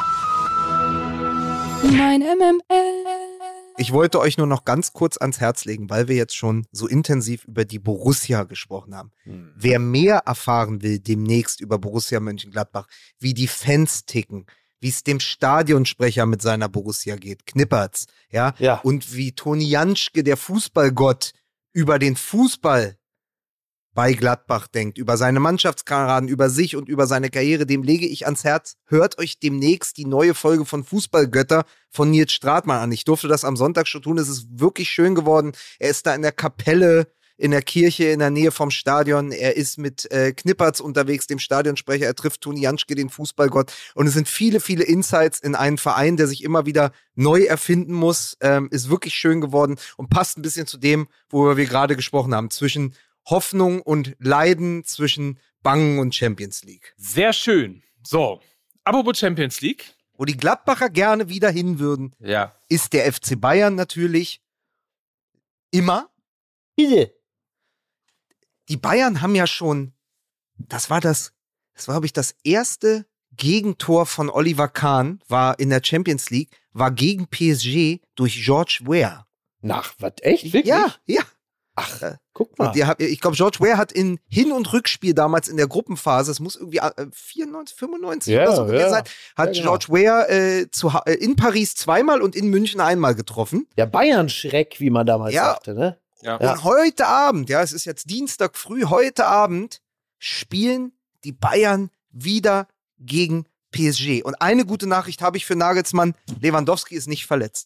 Speaker 4: Mein M M L.
Speaker 3: Ich wollte euch nur noch ganz kurz ans Herz legen, weil wir jetzt schon so intensiv über die Borussia gesprochen haben. Hm. Wer mehr erfahren will demnächst über Borussia Mönchengladbach, wie die Fans ticken, wie es dem Stadionsprecher mit seiner Borussia geht, Knippert's, ja?
Speaker 2: ja,
Speaker 3: und wie Toni Janschke, der Fußballgott, über den Fußball bei Gladbach denkt, über seine Mannschaftskameraden, über sich und über seine Karriere, dem lege ich ans Herz. Hört euch demnächst die neue Folge von Fußballgötter von Nils Stratmann an. Ich durfte das am Sonntag schon tun, es ist wirklich schön geworden. Er ist da in der Kapelle in der Kirche in der Nähe vom Stadion. Er ist mit äh, Knippertz unterwegs, dem Stadionsprecher. Er trifft Toni Janschke, den Fußballgott. Und es sind viele, viele Insights in einen Verein, der sich immer wieder neu erfinden muss. Ähm, ist wirklich schön geworden und passt ein bisschen zu dem, worüber wir gerade gesprochen haben. Zwischen Hoffnung und Leiden, zwischen Bangen und Champions League.
Speaker 1: Sehr schön. So, apropos Champions League.
Speaker 3: Wo die Gladbacher gerne wieder hin würden,
Speaker 1: Ja.
Speaker 3: ist der F C Bayern natürlich immer.
Speaker 5: Bitte.
Speaker 3: Die Bayern haben ja schon, das war das, das war, glaube ich, das erste Gegentor von Oliver Kahn, war in der Champions League, war gegen P S G durch George Weah.
Speaker 2: Nach, was, echt? Wirklich?
Speaker 3: Ja, ja.
Speaker 2: Ach, guck mal.
Speaker 3: Und ihr habt, ich glaube, George Weah hat in Hin- und Rückspiel damals in der Gruppenphase, es muss irgendwie äh, vierundneunzig, fünfundneunzig
Speaker 2: Ja,
Speaker 3: oder so gewesen
Speaker 2: ja.
Speaker 3: sein, hat
Speaker 2: Ja, genau.
Speaker 3: George Weah äh, zu, Ha- äh, in Paris zweimal und in München einmal getroffen.
Speaker 2: Der Bayern-Schreck, wie man damals
Speaker 3: Ja.
Speaker 2: sagte, ne?
Speaker 1: Ja.
Speaker 2: Ja.
Speaker 3: Und heute Abend, ja, es ist jetzt Dienstag früh, heute Abend spielen die Bayern wieder gegen P S G. Und eine gute Nachricht habe ich für Nagelsmann, Lewandowski ist nicht verletzt.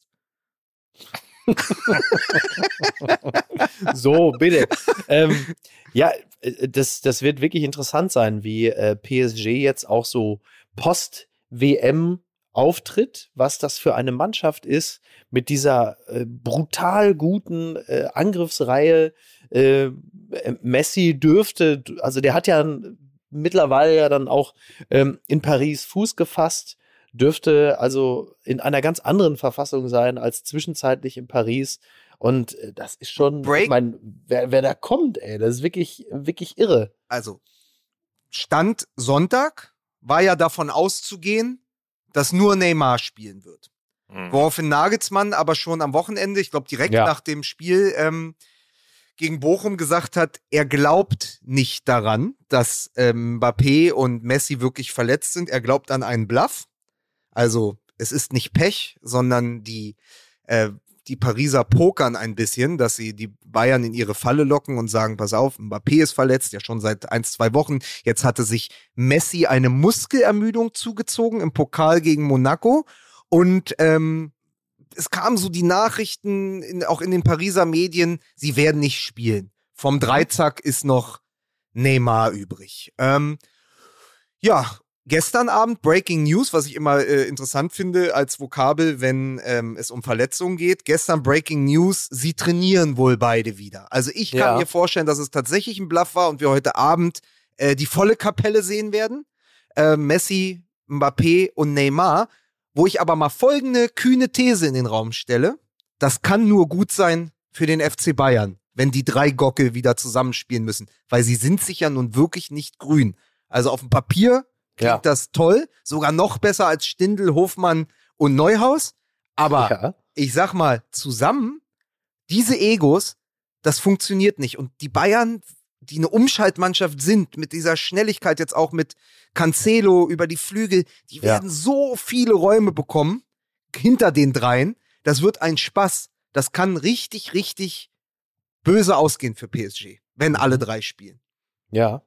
Speaker 2: So, bitte. ähm, ja, äh, das, das wird wirklich interessant sein, wie äh, P S G jetzt auch so Post-W M auftritt, was das für eine Mannschaft ist mit dieser äh, brutal guten äh, Angriffsreihe. Äh, Messi dürfte, also der hat ja mittlerweile ja dann auch ähm, in Paris Fuß gefasst, dürfte also in einer ganz anderen Verfassung sein als zwischenzeitlich in Paris. Und äh, das ist schon,
Speaker 3: Break.
Speaker 2: ich meine, wer, wer da kommt, ey, das ist wirklich, wirklich irre.
Speaker 3: Also, Stand Sonntag war ja davon auszugehen, dass nur Neymar spielen wird.
Speaker 1: Mhm.
Speaker 3: Woraufhin Nagelsmann aber schon am Wochenende, ich glaube direkt
Speaker 2: Ja.
Speaker 3: nach dem Spiel ähm, gegen Bochum gesagt hat, er glaubt nicht daran, dass ähm, Mbappé und Messi wirklich verletzt sind. Er glaubt an einen Bluff. Also es ist nicht Pech, sondern die, äh, die Pariser pokern ein bisschen, dass sie die Bayern in ihre Falle locken und sagen, pass auf, Mbappé ist verletzt, ja schon seit ein, zwei Wochen. Jetzt hatte sich Messi eine Muskelermüdung zugezogen im Pokal gegen Monaco. Und ähm, es kamen so die Nachrichten, in, auch in den Pariser Medien, sie werden nicht spielen. Vom Dreizack ist noch Neymar übrig. Ähm, ja, gestern Abend Breaking News, was ich immer äh, interessant finde als Vokabel, wenn ähm, es um Verletzungen geht. Gestern Breaking News, sie trainieren wohl beide wieder. Also ich kann
Speaker 2: Ja.
Speaker 3: mir vorstellen, dass es tatsächlich ein Bluff war und wir heute Abend äh, die volle Kapelle sehen werden. Äh, Messi, Mbappé und Neymar. Wo ich aber mal folgende kühne These in den Raum stelle. Das kann nur gut sein für den F C Bayern, wenn die drei Gockel wieder zusammenspielen müssen. Weil sie sind sich ja nun wirklich nicht grün. Also auf dem Papier klingt
Speaker 2: Ja.
Speaker 3: das toll. Sogar noch besser als Stindl, Hofmann und Neuhaus. Aber
Speaker 2: Ja.
Speaker 3: ich sag mal, zusammen, diese Egos, das funktioniert nicht. Und die Bayern, die eine Umschaltmannschaft sind, mit dieser Schnelligkeit jetzt auch mit Cancelo über die Flügel, die
Speaker 2: Ja.
Speaker 3: werden so viele Räume bekommen, hinter den dreien. Das wird ein Spaß. Das kann richtig, richtig böse ausgehen für P S G, wenn alle drei spielen.
Speaker 2: Ja.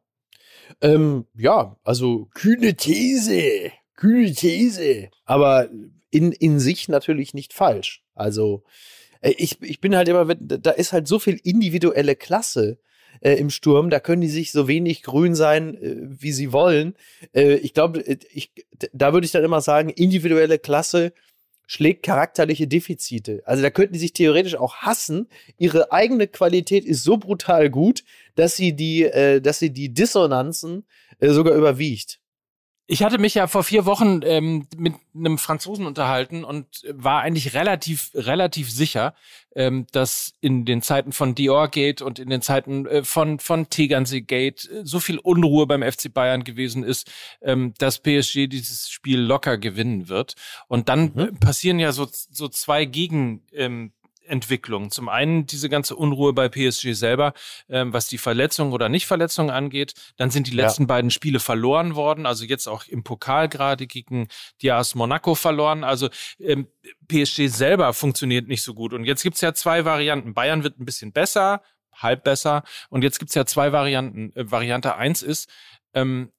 Speaker 2: Ähm, ja, also kühne These, kühne These, aber in, in sich natürlich nicht falsch. Also äh, ich, ich bin halt immer, wenn- da ist halt so viel individuelle Klasse äh, im Sturm, da können die sich so wenig grün sein, äh, wie sie wollen. Äh, ich glaube, äh, ich, da würde ich dann immer sagen, individuelle Klasse schlägt charakterliche Defizite. Also da könnten die sich theoretisch auch hassen. Ihre eigene Qualität ist so brutal gut, dass sie die, äh, dass sie die Dissonanzen äh, sogar überwiegt.
Speaker 1: Ich hatte mich ja vor vier Wochen ähm, mit einem Franzosen unterhalten und war eigentlich relativ relativ sicher, ähm, dass in den Zeiten von Dior-Gate und in den Zeiten äh, von von Tegernsee-Gate äh, so viel Unruhe beim F C Bayern gewesen ist, ähm, dass P S G dieses Spiel locker gewinnen wird. Und dann äh, passieren ja so so zwei Gegen ähm, Entwicklung. Zum einen diese ganze Unruhe bei P S G selber, ähm, was die Verletzung oder Nicht-Verletzung angeht. Dann sind die letzten
Speaker 2: Ja.
Speaker 1: beiden Spiele verloren worden, also jetzt auch im Pokal gerade gegen die A S Monaco verloren. Also ähm, P S G selber funktioniert nicht so gut. Und jetzt gibt's ja zwei Varianten. Bayern wird ein bisschen besser, halb besser. Und jetzt gibt's ja zwei Varianten. Äh, Variante eins ist, ähm,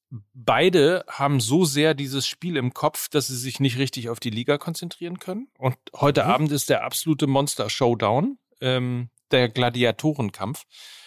Speaker 1: beide haben so sehr dieses Spiel im Kopf, dass sie sich nicht richtig auf die Liga konzentrieren können. Und heute Abend ist der absolute Monster-Showdown. Ähm, der Gladiatorenkampf.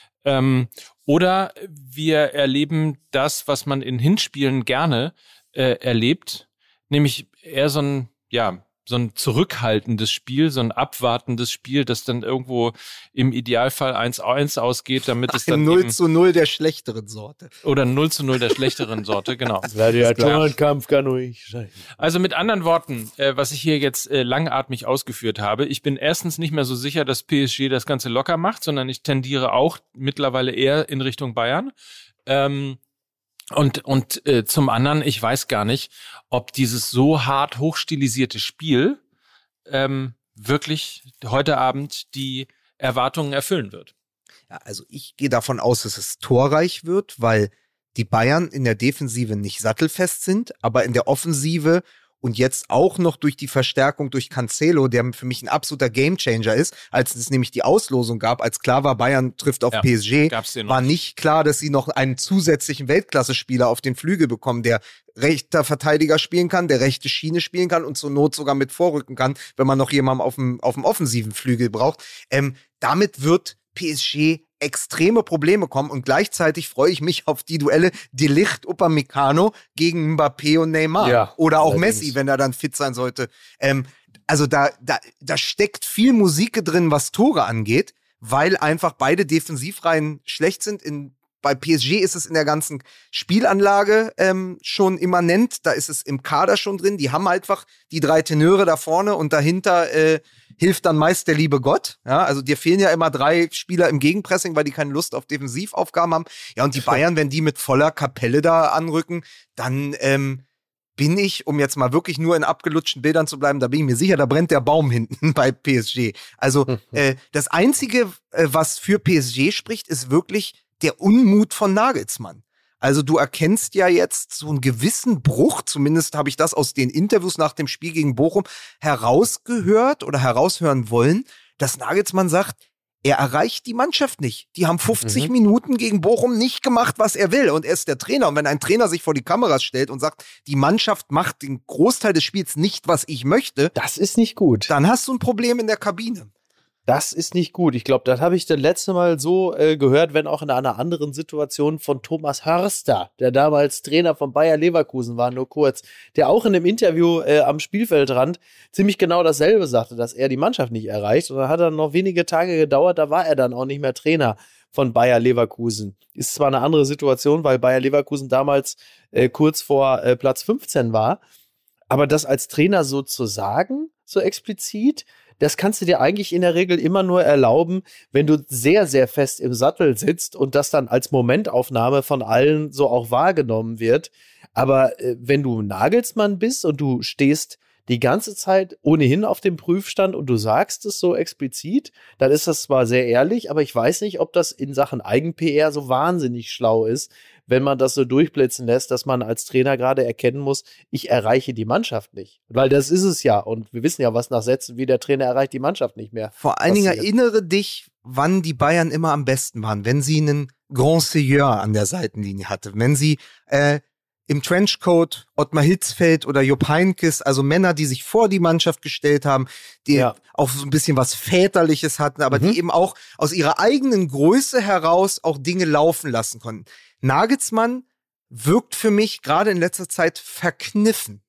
Speaker 1: Ähm, oder wir erleben das, was man in Hinspielen gerne äh, erlebt, nämlich eher so ein, ja, so ein zurückhaltendes Spiel, so ein abwartendes Spiel, das dann irgendwo im Idealfall eins eins ausgeht, damit es dann
Speaker 3: null
Speaker 1: eben,
Speaker 3: zu null der schlechteren Sorte.
Speaker 1: oder null zu null der schlechteren Sorte, genau.
Speaker 2: Gladiatorenkampf kann ruhig sein.
Speaker 1: Also mit anderen Worten, äh, was ich hier jetzt äh, langatmig ausgeführt habe, ich bin erstens nicht mehr so sicher, dass P S G das Ganze locker macht, sondern ich tendiere auch mittlerweile eher in Richtung Bayern. Ähm, Und, und äh, zum anderen, ich weiß gar nicht, ob dieses so hart hochstilisierte Spiel ähm, wirklich heute Abend die Erwartungen erfüllen wird.
Speaker 3: Ja, also ich gehe davon aus, dass es torreich wird, weil die Bayern in der Defensive nicht sattelfest sind, aber in der Offensive und jetzt auch noch durch die Verstärkung durch Cancelo, der für mich ein absoluter Gamechanger ist, als es nämlich die Auslosung gab, als klar war, Bayern trifft auf
Speaker 1: Ja,
Speaker 3: P S G,
Speaker 1: gab's den noch
Speaker 3: war
Speaker 1: nicht.
Speaker 3: nicht klar, dass sie noch einen zusätzlichen Weltklasse-Spieler auf den Flügel bekommen, der rechter Verteidiger spielen kann, der rechte Schiene spielen kann und zur Not sogar mit vorrücken kann, wenn man noch jemanden auf dem, auf dem offensiven Flügel braucht. Ähm, damit wird P S G extreme Probleme kommen und gleichzeitig freue ich mich auf die Duelle De Ligt, Upamecano gegen Mbappé und Neymar.
Speaker 2: Ja,
Speaker 3: Oder auch
Speaker 2: allerdings.
Speaker 3: Messi, wenn er dann fit sein sollte. Ähm, also da, da, da steckt viel Musik drin, was Tore angeht, weil einfach beide Defensivreihen schlecht sind. In, bei P S G ist es in der ganzen Spielanlage ähm, schon immanent. Da ist es im Kader schon drin. Die haben einfach die drei Tenöre da vorne und dahinter äh, hilft dann meist der liebe Gott. Ja, also dir fehlen ja immer drei Spieler im Gegenpressing, weil die keine Lust auf Defensivaufgaben haben. Ja, und die Bayern, wenn die mit voller Kapelle da anrücken, dann ähm, bin ich, um jetzt mal wirklich nur in abgelutschten Bildern zu bleiben, da bin ich mir sicher, da brennt der Baum hinten bei P S G. Also äh, das Einzige, äh, was für P S G spricht, ist wirklich der Unmut von Nagelsmann. Also du erkennst ja jetzt so einen gewissen Bruch, zumindest habe ich das aus den Interviews nach dem Spiel gegen Bochum herausgehört oder heraushören wollen, dass Nagelsmann sagt, er erreicht die Mannschaft nicht. Die haben fünfzig
Speaker 2: Mhm.
Speaker 3: Minuten gegen Bochum nicht gemacht, was er will. Und er ist der Trainer. Und wenn ein Trainer sich vor die Kameras stellt und sagt, die Mannschaft macht den Großteil des Spiels nicht, was ich möchte,
Speaker 2: Das ist nicht gut.
Speaker 3: dann hast du ein Problem in der Kabine.
Speaker 2: Das ist nicht gut. Ich glaube, das habe ich das letzte Mal so äh, gehört, wenn auch in einer anderen Situation von Thomas Hörster, der damals Trainer von Bayer Leverkusen war, nur kurz, der auch in einem Interview äh, am Spielfeldrand ziemlich genau dasselbe sagte, dass er die Mannschaft nicht erreicht. Und dann hat er noch wenige Tage gedauert, da war er dann auch nicht mehr Trainer von Bayer Leverkusen. Ist zwar eine andere Situation, weil Bayer Leverkusen damals äh, kurz vor äh, Platz fünfzehn war, aber das als Trainer so zu sagen, so explizit, das kannst du dir eigentlich in der Regel immer nur erlauben, wenn du sehr, sehr fest im Sattel sitzt und das dann als Momentaufnahme von allen so auch wahrgenommen wird. Aber äh, wenn du Nagelsmann bist und du stehst die ganze Zeit ohnehin auf dem Prüfstand und du sagst es so explizit, dann ist das zwar sehr ehrlich, aber ich weiß nicht, ob das in Sachen Eigen-P R so wahnsinnig schlau ist, wenn man das so durchblitzen lässt, dass man als Trainer gerade erkennen muss, ich erreiche die Mannschaft nicht. Weil das ist es ja. Und wir wissen ja, was nach Sätzen wie der Trainer erreicht die Mannschaft nicht mehr.
Speaker 3: Vor allen Dingen
Speaker 2: passiert.
Speaker 3: erinnere dich, wann die Bayern immer am besten waren. Wenn sie einen Grand Seigneur an der Seitenlinie hatte. Wenn sie äh, im Trenchcoat Ottmar Hitzfeld oder Jupp Heynckes, also Männer, die sich vor die Mannschaft gestellt haben, die
Speaker 2: Ja.
Speaker 3: auch so ein bisschen was Väterliches hatten, aber
Speaker 2: Mhm.
Speaker 3: die eben auch aus ihrer eigenen Größe heraus auch Dinge laufen lassen konnten. Nagelsmann wirkt für mich gerade in letzter Zeit verkniffen.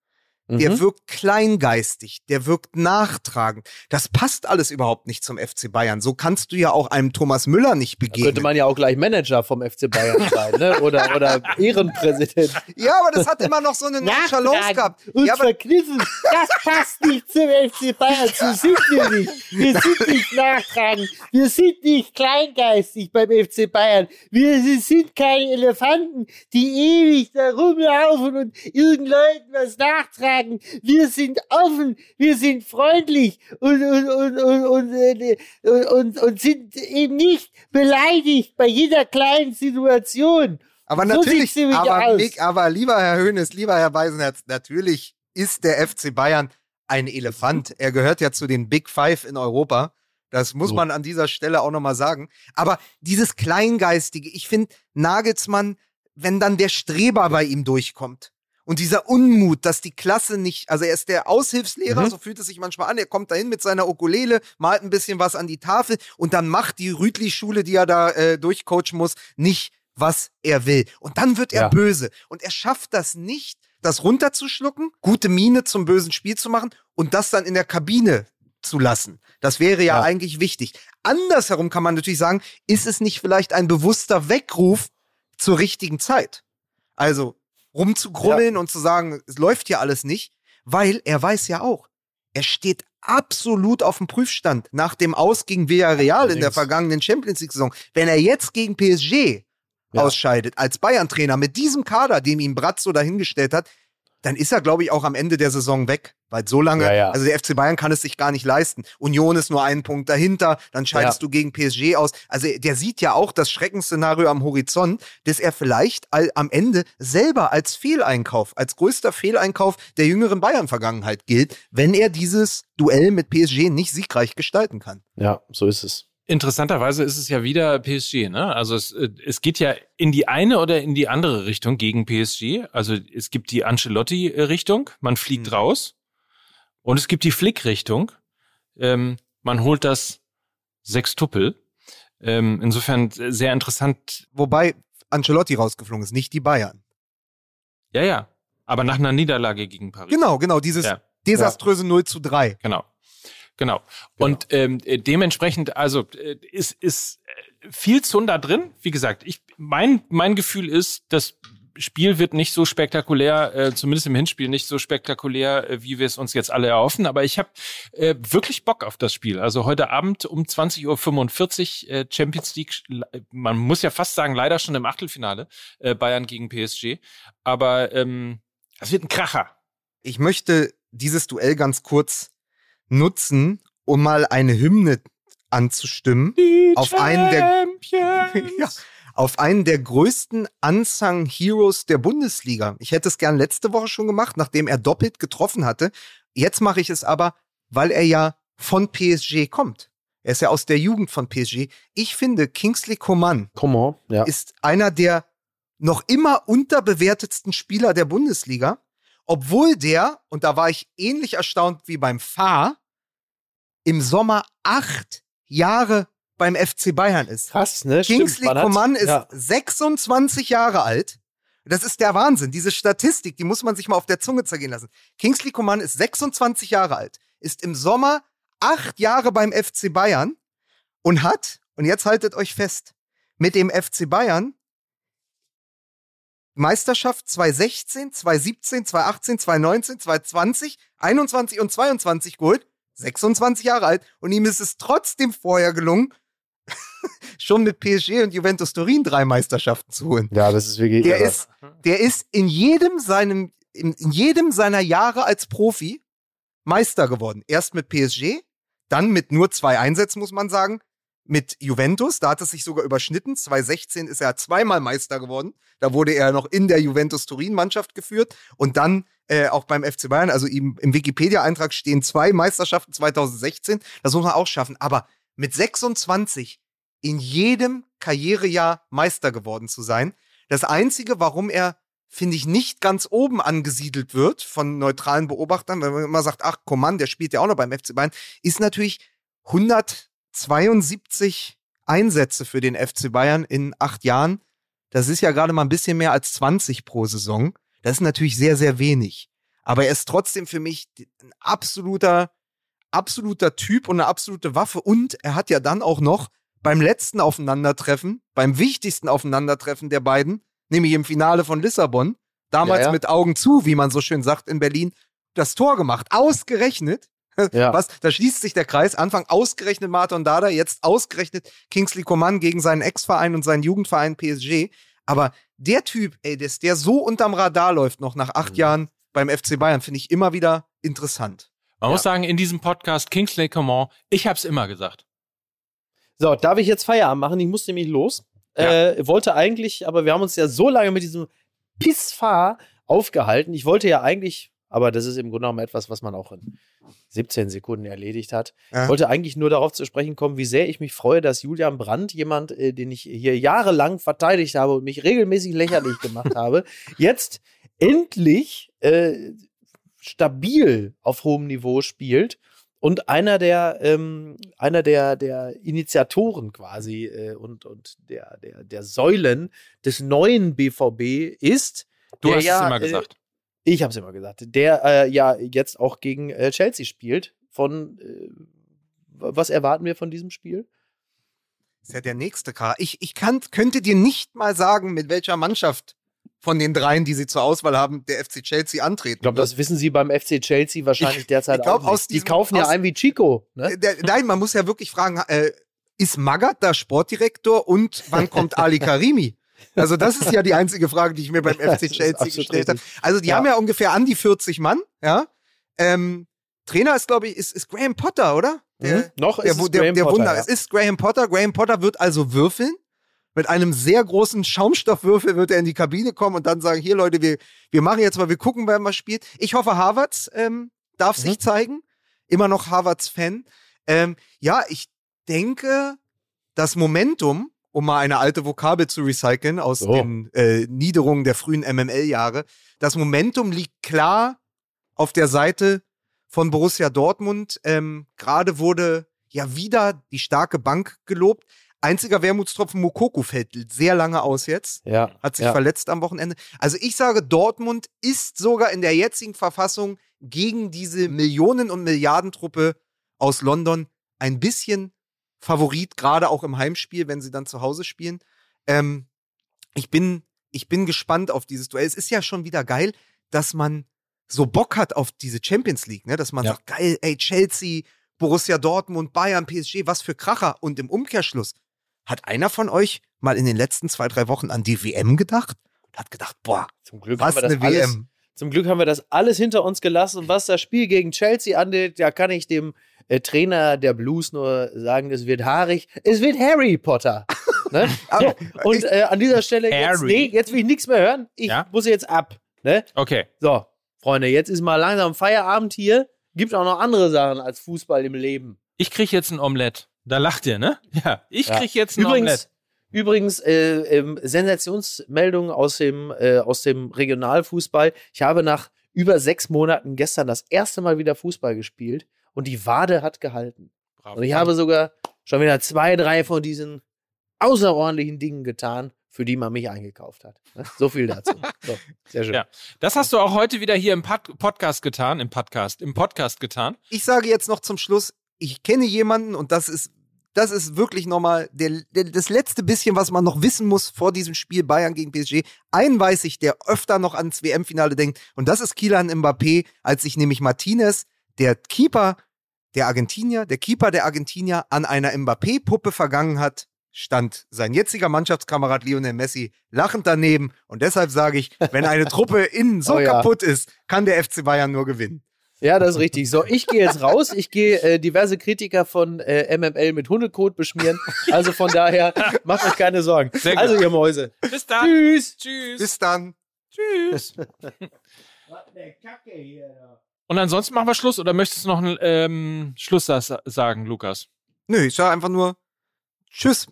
Speaker 3: Der
Speaker 2: Mhm.
Speaker 3: wirkt kleingeistig, der wirkt nachtragend. Das passt alles überhaupt nicht zum F C Bayern. So kannst du ja auch einem Thomas Müller nicht
Speaker 2: Da
Speaker 3: begegnen.
Speaker 2: könnte man ja auch gleich Manager vom F C Bayern sein, ne? Oder, oder Ehrenpräsident.
Speaker 3: Ja, aber das hat immer noch so eine Nonchalance gehabt.
Speaker 5: Und
Speaker 3: Ja, aber
Speaker 5: verkniffen. Das passt nicht zum F C Bayern. So sind wir nicht. Wir sind nicht nachtragend. Wir sind nicht kleingeistig beim F C Bayern. Wir sind keine Elefanten, die ewig da rumlaufen und irgendeinen was nachtragen. Wir sind offen, wir sind freundlich und, und, und, und, und, äh, und, und, und sind eben nicht beleidigt bei jeder kleinen Situation.
Speaker 3: aber
Speaker 5: so
Speaker 3: natürlich,
Speaker 5: sieht's nämlich
Speaker 3: aber,
Speaker 5: aus.
Speaker 3: Mick, aber lieber Herr Hoeneß, lieber Herr Beisenherz, natürlich ist der F C Bayern ein Elefant. Er gehört ja zu den Big Five in Europa. Das muss
Speaker 2: So.
Speaker 3: man an dieser Stelle auch nochmal sagen. Aber dieses Kleingeistige, ich finde Nagelsmann, wenn dann der Streber bei ihm durchkommt Und dieser Unmut, dass die Klasse nicht, also er ist der Aushilfslehrer,
Speaker 2: Mhm.
Speaker 3: so fühlt es sich manchmal an, er kommt dahin mit seiner Ukulele, malt ein bisschen was an die Tafel und dann macht die Rütli-Schule, die er da äh, durchcoachen muss, nicht, was er will. Und dann wird er
Speaker 2: Ja.
Speaker 3: böse. Und er schafft das nicht, das runterzuschlucken, gute Miene zum bösen Spiel zu machen und das dann in der Kabine zu lassen. Das wäre ja,
Speaker 2: Ja.
Speaker 3: eigentlich wichtig. Andersherum kann man natürlich sagen, ist es nicht vielleicht ein bewusster Weckruf zur richtigen Zeit? Also rumzugrummeln und zu sagen, es läuft hier alles nicht, weil er weiß ja auch, er steht absolut auf dem Prüfstand nach dem Aus gegen Villarreal in der
Speaker 2: Allerdings.
Speaker 3: vergangenen Champions League-Saison. Wenn er jetzt gegen P S G
Speaker 2: Ja.
Speaker 3: ausscheidet, als Bayern-Trainer mit diesem Kader, dem ihm Brazzo dahingestellt hat, dann ist er, glaube ich, auch am Ende der Saison weg. Weil so lange,
Speaker 2: Ja, ja.
Speaker 3: also der F C Bayern kann es sich gar nicht leisten. Union ist nur einen Punkt dahinter, dann scheidest
Speaker 2: Ja.
Speaker 3: du gegen P S G aus. Also der sieht ja auch das Schreckensszenario am Horizont, dass er vielleicht all, am Ende selber als Fehleinkauf, als größter Fehleinkauf der jüngeren Bayern-Vergangenheit gilt, wenn er dieses Duell mit P S G nicht siegreich gestalten kann.
Speaker 2: Ja, so ist es.
Speaker 1: Interessanterweise ist es ja wieder P S G, ne? Also es, äh, es geht ja in die eine oder in die andere Richtung gegen P S G. Also es gibt die Ancelotti-Richtung, man fliegt
Speaker 3: Mhm.
Speaker 1: raus. Und es gibt die Flick-Richtung, ähm, man holt das Sextuppel. Ähm, insofern sehr interessant.
Speaker 3: Wobei Ancelotti rausgeflogen ist, nicht die Bayern.
Speaker 1: Ja, ja. Aber nach einer Niederlage gegen Paris.
Speaker 3: Genau, genau, dieses
Speaker 1: Ja.
Speaker 3: desaströse null zu drei.
Speaker 1: Genau. Genau. Und ähm, äh, dementsprechend, also äh, ist, ist äh, viel Zunder drin. Wie gesagt, ich mein, mein Gefühl ist, das Spiel wird nicht so spektakulär, äh, zumindest im Hinspiel nicht so spektakulär, äh, wie wir es uns jetzt alle erhoffen. Aber ich habe äh, wirklich Bock auf das Spiel. Also heute Abend um zwanzig Uhr fünfundvierzig äh, Champions League, man muss ja fast sagen, leider schon im Achtelfinale, äh, Bayern gegen P S G. Aber ähm, es wird ein Kracher.
Speaker 3: Ich möchte dieses Duell ganz kurz nutzen, um mal eine Hymne anzustimmen.
Speaker 1: Die
Speaker 3: Auf einen der-
Speaker 1: Champions.
Speaker 3: Ja, auf einen der größten Unsung Heroes der Bundesliga. Ich hätte es gern letzte Woche schon gemacht, nachdem er doppelt getroffen hatte. Jetzt mache ich es aber, weil er ja von P S G kommt. Er ist ja aus der Jugend von P S G. Ich finde, Kingsley Coman
Speaker 2: Comment? Ja.
Speaker 3: ist einer der noch immer unterbewertetsten Spieler der Bundesliga, obwohl der, und da war ich ähnlich erstaunt wie beim Fahr, im Sommer acht Jahre beim F C Bayern ist.
Speaker 2: Krass, ne?
Speaker 3: Kingsley
Speaker 2: Stimmt, man hat-
Speaker 3: Coman ist
Speaker 2: ja.
Speaker 3: sechsundzwanzig Jahre alt. Das ist der Wahnsinn. Diese Statistik, die muss man sich mal auf der Zunge zergehen lassen. Kingsley Coman ist sechsundzwanzig Jahre alt, ist im Sommer acht Jahre beim F C Bayern und hat, und jetzt haltet euch fest, mit dem F C Bayern Meisterschaft zwanzig sechzehn, zwanzig siebzehn, zwanzig achtzehn, zwanzig neunzehn, zwanzig zwanzig, einundzwanzig und zweiundzwanzig geholt. sechsundzwanzig Jahre alt. Und ihm ist es trotzdem vorher gelungen, schon mit P S G und Juventus Turin drei Meisterschaften zu holen.
Speaker 2: Ja, das ist wirklich.
Speaker 3: Der
Speaker 2: irre.
Speaker 3: ist, der ist in jedem seinem, in, in jedem seiner Jahre als Profi Meister geworden. Erst mit P S G, dann mit nur zwei Einsätzen, muss man sagen, mit Juventus. Da hat es sich sogar überschnitten. zwanzig sechzehn ist er zweimal Meister geworden. Da wurde er noch in der Juventus Turin-Mannschaft geführt. Und dann äh, auch beim F C Bayern, also ihm im Wikipedia-Eintrag stehen zwei Meisterschaften zwanzig sechzehn. Das muss man auch schaffen. Aber mit sechsundzwanzig in jedem Karrierejahr Meister geworden zu sein. Das Einzige, warum er, finde ich, nicht ganz oben angesiedelt wird von neutralen Beobachtern, wenn man immer sagt, ach, Coman, der spielt ja auch noch beim F C Bayern, ist natürlich hundertzweiundsiebzig Einsätze für den F C Bayern in acht Jahren. Das ist ja gerade mal ein bisschen mehr als zwanzig pro Saison. Das ist natürlich sehr, sehr wenig. Aber er ist trotzdem für mich ein absoluter, absoluter Typ und eine absolute Waffe. Und er hat ja dann auch noch beim letzten Aufeinandertreffen, beim wichtigsten Aufeinandertreffen der beiden, nämlich im Finale von Lissabon, damals
Speaker 2: Ja, ja.
Speaker 3: mit Augen zu, wie man so schön sagt in Berlin, das Tor gemacht. Ausgerechnet.
Speaker 2: Ja.
Speaker 3: Was? Da schließt sich der Kreis. Anfang ausgerechnet Martin Dada, jetzt ausgerechnet Kingsley Coman gegen seinen Ex-Verein und seinen Jugendverein P S G. Aber der Typ, ey, dass der so unterm Radar läuft, noch nach acht
Speaker 2: Mhm.
Speaker 3: Jahren beim F C Bayern, finde ich immer wieder interessant.
Speaker 1: Man
Speaker 2: Ja.
Speaker 1: muss sagen, in diesem Podcast Kingsley Coman, ich hab's immer gesagt.
Speaker 2: So, darf ich jetzt Feierabend machen? Ich muss nämlich los.
Speaker 1: Ja.
Speaker 2: Äh, wollte eigentlich, aber wir haben uns ja so lange mit diesem Pissfahr aufgehalten. Ich wollte ja eigentlich, aber das ist im Grunde genommen etwas, was man auch in siebzehn Sekunden erledigt hat.
Speaker 3: Ja.
Speaker 2: Ich wollte eigentlich nur darauf zu sprechen kommen, wie sehr ich mich freue, dass Julian Brandt, jemand, äh, den ich hier jahrelang verteidigt habe und mich regelmäßig lächerlich gemacht habe, jetzt endlich äh, stabil auf hohem Niveau spielt und einer der ähm, einer der der Initiatoren quasi äh, und und der der der Säulen des neuen B V B ist.
Speaker 1: Du
Speaker 2: der
Speaker 1: hast
Speaker 2: ja,
Speaker 1: es immer
Speaker 2: äh,
Speaker 1: gesagt.
Speaker 2: Ich habe es immer gesagt. Der äh, ja jetzt auch gegen äh, Chelsea spielt. Von äh, was erwarten wir von diesem Spiel?
Speaker 3: Das ist ja der nächste Charakter. Ich, ich kann, könnte dir nicht mal sagen, mit welcher Mannschaft von den dreien, die sie zur Auswahl haben, der F C Chelsea antreten.
Speaker 2: Ich glaube, das wissen sie beim F C Chelsea wahrscheinlich
Speaker 3: Ich-
Speaker 2: derzeit
Speaker 3: ich glaub,
Speaker 2: auch nicht.
Speaker 3: aus
Speaker 2: Die
Speaker 3: diesem-
Speaker 2: kaufen ja
Speaker 3: aus-
Speaker 2: einen wie Chico. Ne?
Speaker 3: Der, nein, man muss ja wirklich fragen, äh, ist Magath da Sportdirektor und wann kommt Ali Karimi? Also das ist ja die einzige Frage, die ich mir beim F C
Speaker 2: Das ist
Speaker 3: Chelsea
Speaker 2: absolut
Speaker 3: gestellt habe.
Speaker 2: richtig.
Speaker 3: Also die
Speaker 2: Ja.
Speaker 3: haben ja ungefähr an die vierzig Mann, ja. Ähm, Trainer ist, glaube ich, ist, ist Graham Potter, oder? Der,
Speaker 2: Mhm. Noch
Speaker 3: der,
Speaker 2: ist es
Speaker 3: der,
Speaker 2: Graham
Speaker 3: der
Speaker 2: Potter,
Speaker 3: Wunder.
Speaker 2: ja.
Speaker 3: Es ist Graham Potter. Graham Potter wird also würfeln. Mit einem sehr großen Schaumstoffwürfel wird er in die Kabine kommen und dann sagen, hier Leute, wir, wir machen jetzt mal, wir gucken, wer mal spielt. Ich hoffe, Havertz ähm, darf
Speaker 2: Mhm.
Speaker 3: sich zeigen. Immer noch Havertz-Fan. Ähm, ja, ich denke, das Momentum, um mal eine alte Vokabel zu recyceln aus
Speaker 2: So.
Speaker 3: den äh, Niederungen der frühen M M L-Jahre, das Momentum liegt klar auf der Seite von Borussia Dortmund. Ähm, Gerade wurde ja wieder die starke Bank gelobt. Einziger Wermutstropfen, Moukoko fällt sehr lange aus jetzt.
Speaker 2: Ja.
Speaker 3: Hat sich
Speaker 2: ja.
Speaker 3: verletzt am Wochenende. Also ich sage, Dortmund ist sogar in der jetzigen Verfassung gegen diese Millionen- und Milliardentruppe aus London ein bisschen Favorit, gerade auch im Heimspiel, wenn sie dann zu Hause spielen. Ähm, ich bin, ich bin gespannt auf dieses Duell. Es ist ja schon wieder geil, dass man so Bock hat auf diese Champions League, ne? Dass man
Speaker 2: Ja.
Speaker 3: sagt, geil, ey, Chelsea, Borussia Dortmund, Bayern, P S G, was für Kracher. Und im Umkehrschluss, hat einer von euch mal in den letzten zwei, drei Wochen an die W M gedacht? Und hat gedacht, boah,
Speaker 2: Zum Glück
Speaker 3: was
Speaker 2: haben wir das
Speaker 3: eine W
Speaker 2: alles,
Speaker 3: M.
Speaker 2: Zum Glück haben wir das alles hinter uns gelassen. Und was das Spiel gegen Chelsea angeht, da kann ich dem äh, Trainer der Blues nur sagen, es wird haarig. Es wird Harry Potter. Ne? So, und äh, an dieser Stelle, jetzt,
Speaker 1: Harry.
Speaker 2: nee, jetzt will ich nichts mehr hören. Ich
Speaker 1: Ja?
Speaker 2: muss jetzt ab. Ne?
Speaker 1: Okay.
Speaker 2: So, Freunde, jetzt ist mal langsam Feierabend hier. Gibt auch noch andere Sachen als Fußball im Leben.
Speaker 1: Ich krieg jetzt ein Omelett. Da lacht ihr, ne? Ja. Ich
Speaker 2: Ja.
Speaker 1: krieg jetzt ein Omelett.
Speaker 2: Übrigens, übrigens äh, ähm, Sensationsmeldung aus dem, äh, aus dem Regionalfußball. Ich habe nach über sechs Monaten gestern das erste Mal wieder Fußball gespielt und die Wade hat gehalten.
Speaker 1: Bravo.
Speaker 2: Und ich habe sogar schon wieder zwei, drei von diesen außerordentlichen Dingen getan, für die man mich eingekauft hat. Ne? So viel dazu. So, sehr schön.
Speaker 1: Ja. Das hast du auch heute wieder hier im Pod- Podcast getan, im Podcast, im Podcast getan.
Speaker 3: Ich sage jetzt noch zum Schluss, ich kenne jemanden und das ist, das ist wirklich nochmal der, der, das letzte bisschen, was man noch wissen muss vor diesem Spiel Bayern gegen P S G. Einen weiß ich, der öfter noch ans W M-Finale denkt und das ist Kylian Mbappé, als sich nämlich Martinez, der Keeper der Argentinier, der Keeper der Argentinier an einer Mbappé-Puppe vergangen hat, stand sein jetziger Mannschaftskamerad Lionel Messi lachend daneben und deshalb sage ich, wenn eine Truppe innen so
Speaker 2: Oh ja.
Speaker 3: kaputt ist, kann der F C Bayern nur gewinnen.
Speaker 2: Ja, das ist richtig. So, ich gehe jetzt raus. Ich gehe äh, diverse Kritiker von äh, M M L mit Hundekot beschmieren. Also von daher, macht euch keine Sorgen.
Speaker 1: Sehr gut.
Speaker 2: Also, ihr Mäuse.
Speaker 1: Bis dann.
Speaker 2: Tschüss.
Speaker 1: Tschüss.
Speaker 3: Bis dann.
Speaker 1: Tschüss. Und ansonsten machen wir Schluss. Oder möchtest du noch einen ähm, Schlusssatz sagen, Lukas?
Speaker 3: Nö, ich sage einfach nur Tschüss.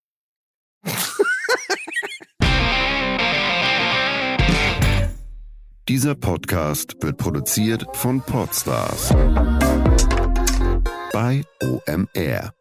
Speaker 6: Dieser Podcast wird produziert von Podstars bei O M R.